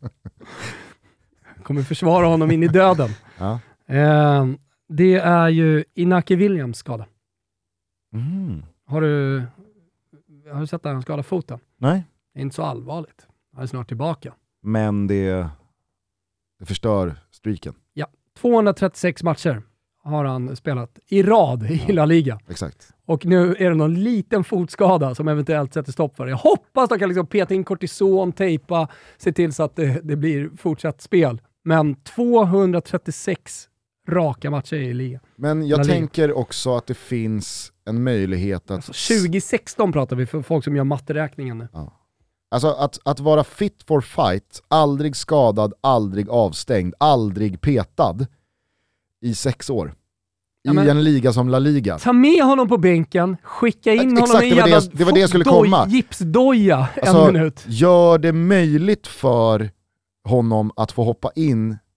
Kommer försvara honom in i döden. Ja. Eh, det är ju Inaki Williams skada. Mm. Har du har du sett att han skadar foten? Nej. Det är inte så allvarligt. Han är snart tillbaka. Men det, det förstör streaken. Ja. tvåhundratrettiosex matcher har han spelat i rad i ja. La Liga. Exakt. Och nu är det någon liten fotskada som eventuellt sätter stopp för det. Jag hoppas att de kan liksom peta in kortison, tejpa, se till så att det, det blir fortsatt spel. Men tvåhundratrettiosex raka matcher i ligan. Men jag tänker också att det finns en möjlighet att... Alltså tjugo sexton pratar vi för folk som gör matteräkningen nu. Ja. Alltså att, att vara fit for fight, aldrig skadad, aldrig avstängd, aldrig petad i sex år. I ja, en liga som La Liga. Ta med honom på bänken, skicka in Exakt, honom i en jävla det, det var det jag skulle komma. Gipsdoja en alltså, minut. Gör det möjligt för honom att få hoppa in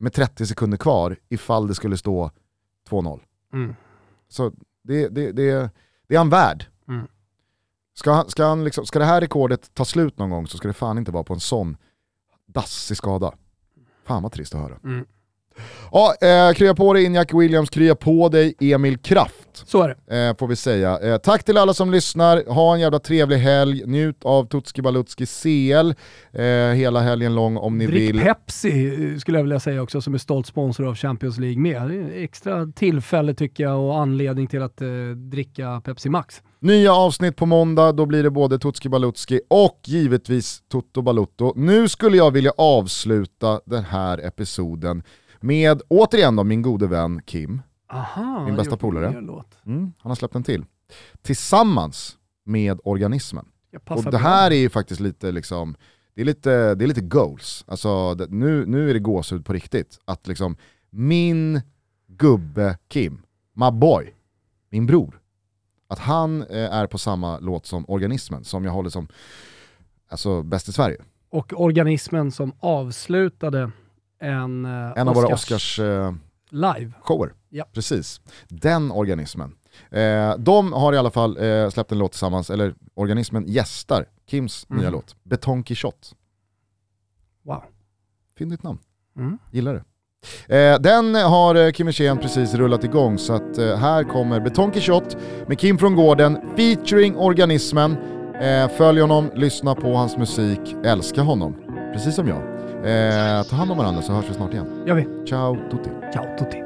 med trettio sekunder kvar ifall det skulle stå två noll. Mm. Så det, det, det, det är han värd. Mm. Ska, han, ska, han liksom, ska det här rekordet ta slut någon gång så ska det fan inte vara på en sån dassig skada. Fan vad trist att höra. Mm. Ja, eh, krya på dig Iñaki Williams, krya på dig Emil Kraft. Så är det. Eh, får vi säga. Eh, tack till alla som lyssnar. Ha en jävla trevlig helg. Njut av Tutski Balutski C L eh, hela helgen lång om ni Drick vill. Pepsi skulle jag vilja säga också, som är stolt sponsor av Champions League med. Det är extra tillfälle tycker jag och anledning till att eh, dricka Pepsi Max. Nya avsnitt på måndag, då blir det både Tutski Balutski och givetvis Toto Balutto. Nu skulle jag vilja avsluta den här episoden med återigen då min gode vän Kim. Aha, min bästa polare. Mm, han har släppt en till. Tillsammans med Organismen. Och det här är ju faktiskt lite liksom, det är lite, det är lite goals. Alltså det, nu, nu är det gåshud på riktigt. Att liksom min gubbe Kim, my boy, min bror, att han eh, är på samma låt som Organismen som jag håller som alltså bäst i Sverige. Och Organismen som avslutade en, eh, en Oscars av våra Oscars eh, live shower. Ja. Precis. Den Organismen. Eh, de har i alla fall eh, släppt en låt tillsammans, eller Organismen gästar Kims mm. nya låt, Beton Quichotte. Wow. Fyndigt namn. Mm. Gillar det. Eh, den har Kim Hirsén precis rullat igång, så att eh, här kommer Beton Quichotte med Kim från Gården featuring Organismen. Eh, följ honom, lyssna på hans musik, älska honom. Precis som jag. Eh, ta hand om varandra så hörs vi snart igen. Gör vi. Ciao tutti. Ciao tutti.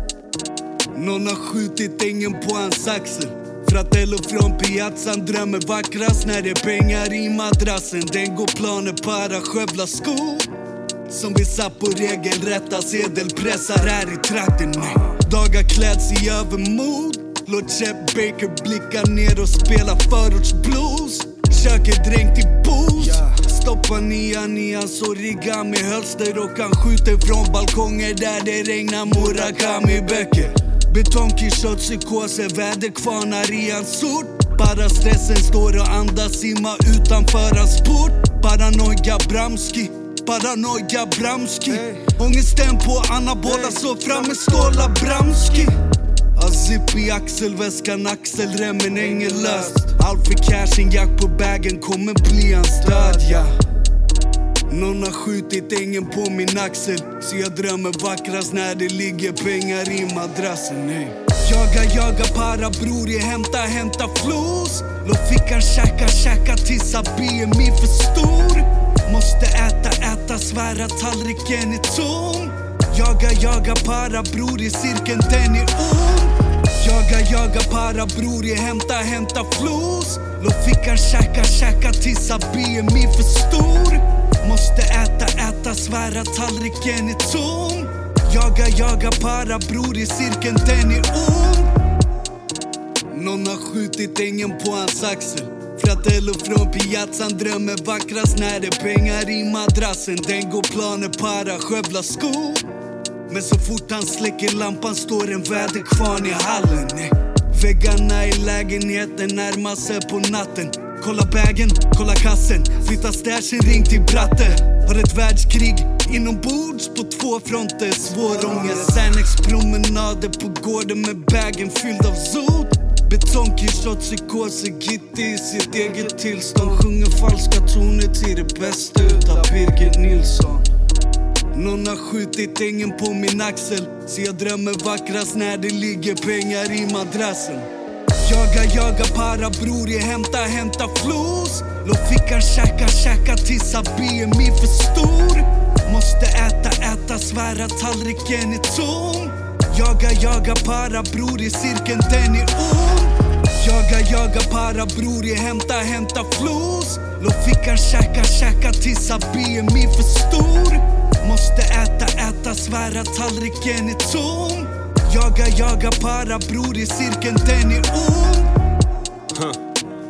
Någon har skjutit ängen på hans axel. Fratello från piazzan drömmer vackrast när det är pengar i madrassen. Den går planer para skövla skog som vi satt på regelrätta sedelpressar här i trakten. Dagar kläds i övermod. Låt Chet Baker blicka ner och spela förortsblues. Köket dränkt i booze. Stoppa nian i hans origami hölster och han skjuter från balkonger där det regnar Murakami-böcker. Beton-Quichotte, psykoser, väderkvarnar i hans ort. Bara stressen står och andas, simma utanför hans port. Paranoia Bramski, paranoia Bramski. Ångesten på anabola, så fram med skåla Bramski. Azip i axelväskan, axelremmen ängelöst. Allt för cash, en jack på bagen kommer bli hans död, ja. Någon har skjutit ängen på min axel, så jag drömmer vackrast när det ligger pengar i madrassen, nej. Jaga, jaga para bror, jag hämta, hämta flos. Låt fickan käka, käka tills att B M I för stor. Måste äta, äta, svära tallriken är tom. Jaga, jaga para bror, i cirkeln den är ond. Jaga, jaga para bror, jag hämta, hämta flos. Låt fickan käka, käka tills att B M I för stor. Måste äta, äta, svära tallriken är tom. Jaga, jaga para bror, i cirkeln den är ond. Någon har skjutit ängen på hans axel. Fratello från piazzan drömmer vackrast när det är pengar i madrassen. Den går planer para skövla skog. Men så fort han släcker lampan står en väderkvarn i hallen. Väggarna i lägenheten närmar sig på natten. Kolla bagen, kolla kassen, flytta stashen, ring till bratte. Har ett världskrig inombords på två fronter, svår ångest. Xanax promenader på gården med bagen fylld av zot. Beton-Quichotte, psykoser, Gitti i sitt eget tillstånd. Sjunger falska toner till det bästa utav Birgit Nilsson. Någon har skjutit ängen på min axel, så jag drömmer vackrast när det ligger pengar i madrassen. Jaga, jaga para bror, jag hämta, hämta flos. Låt fickan käka, käka tills att B M I för stor. Måste äta, äta, svära tallriken är tom. Jaga, jaga para bror, i cirkeln den är ond. Jaga, jaga para bror, jag hämta, hämta flos. Låt fickan käka, käka tills att B M I för stor. Måste äta, äta, svära tallriken är tom. Jaga, jaga para bror, i cirkeln den är ond. Huh.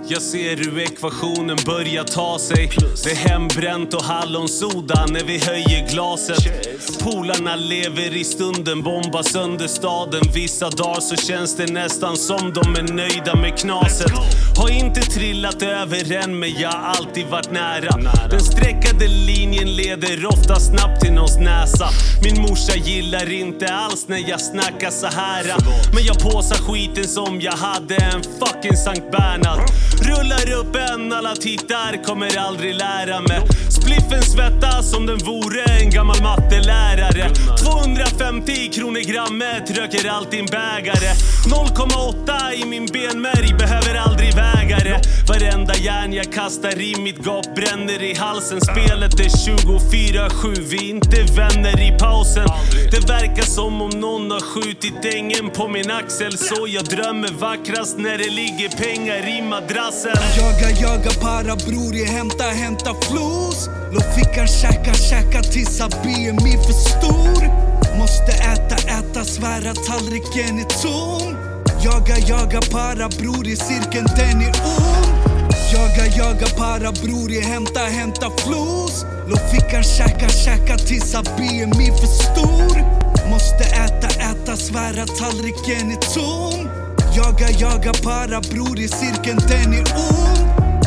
Jag ser hur ekvationen börjar ta sig. Det är hembränt och hallonsoda när vi höjer glaset. Polarna lever i stunden, bombar sönder staden. Vissa dagar så känns det nästan som de är nöjda med knaset. Har inte trillat över än, men jag har alltid varit nära. Den sträckade linjen leder ofta snabbt till någons näsa. Min morsa gillar inte alls när jag snackar så här. Men jag påsar skiten som jag hade en fucking Sankt Bernhard. Rullar upp en, alla tittar, kommer aldrig lära mig. Spliffen svettas som den vore en gammal mattelärare. tvåhundrafemtio kronor grammet, röker alltid en bägare. noll komma åtta i min benmärg, behöver aldrig vägare. Varenda järn jag kastar i mitt gap bränner i halsen. Spelet är tjugofyra sju, vi är inte vänner i pausen. Det verkar som om någon har skjutit ängen på min axel. Så jag drömmer vackrast när det ligger pengar i madrassen. Jaga, jaga para bror, jag hämta, hämta flos. Låt fickan käka, käka tills B M I för stor. Måste äta, äta, svära tallriken är tom. Jaga, jaga para bror, i cirkeln den är ond. Jaga, jaga para bror, jag hämta, hämta flos. Låt fickan käka, käka tills B M I för stor. Måste äta, äta, svära tallriken är tom. Jaga, jaga para bror, i cirkeln den är ond.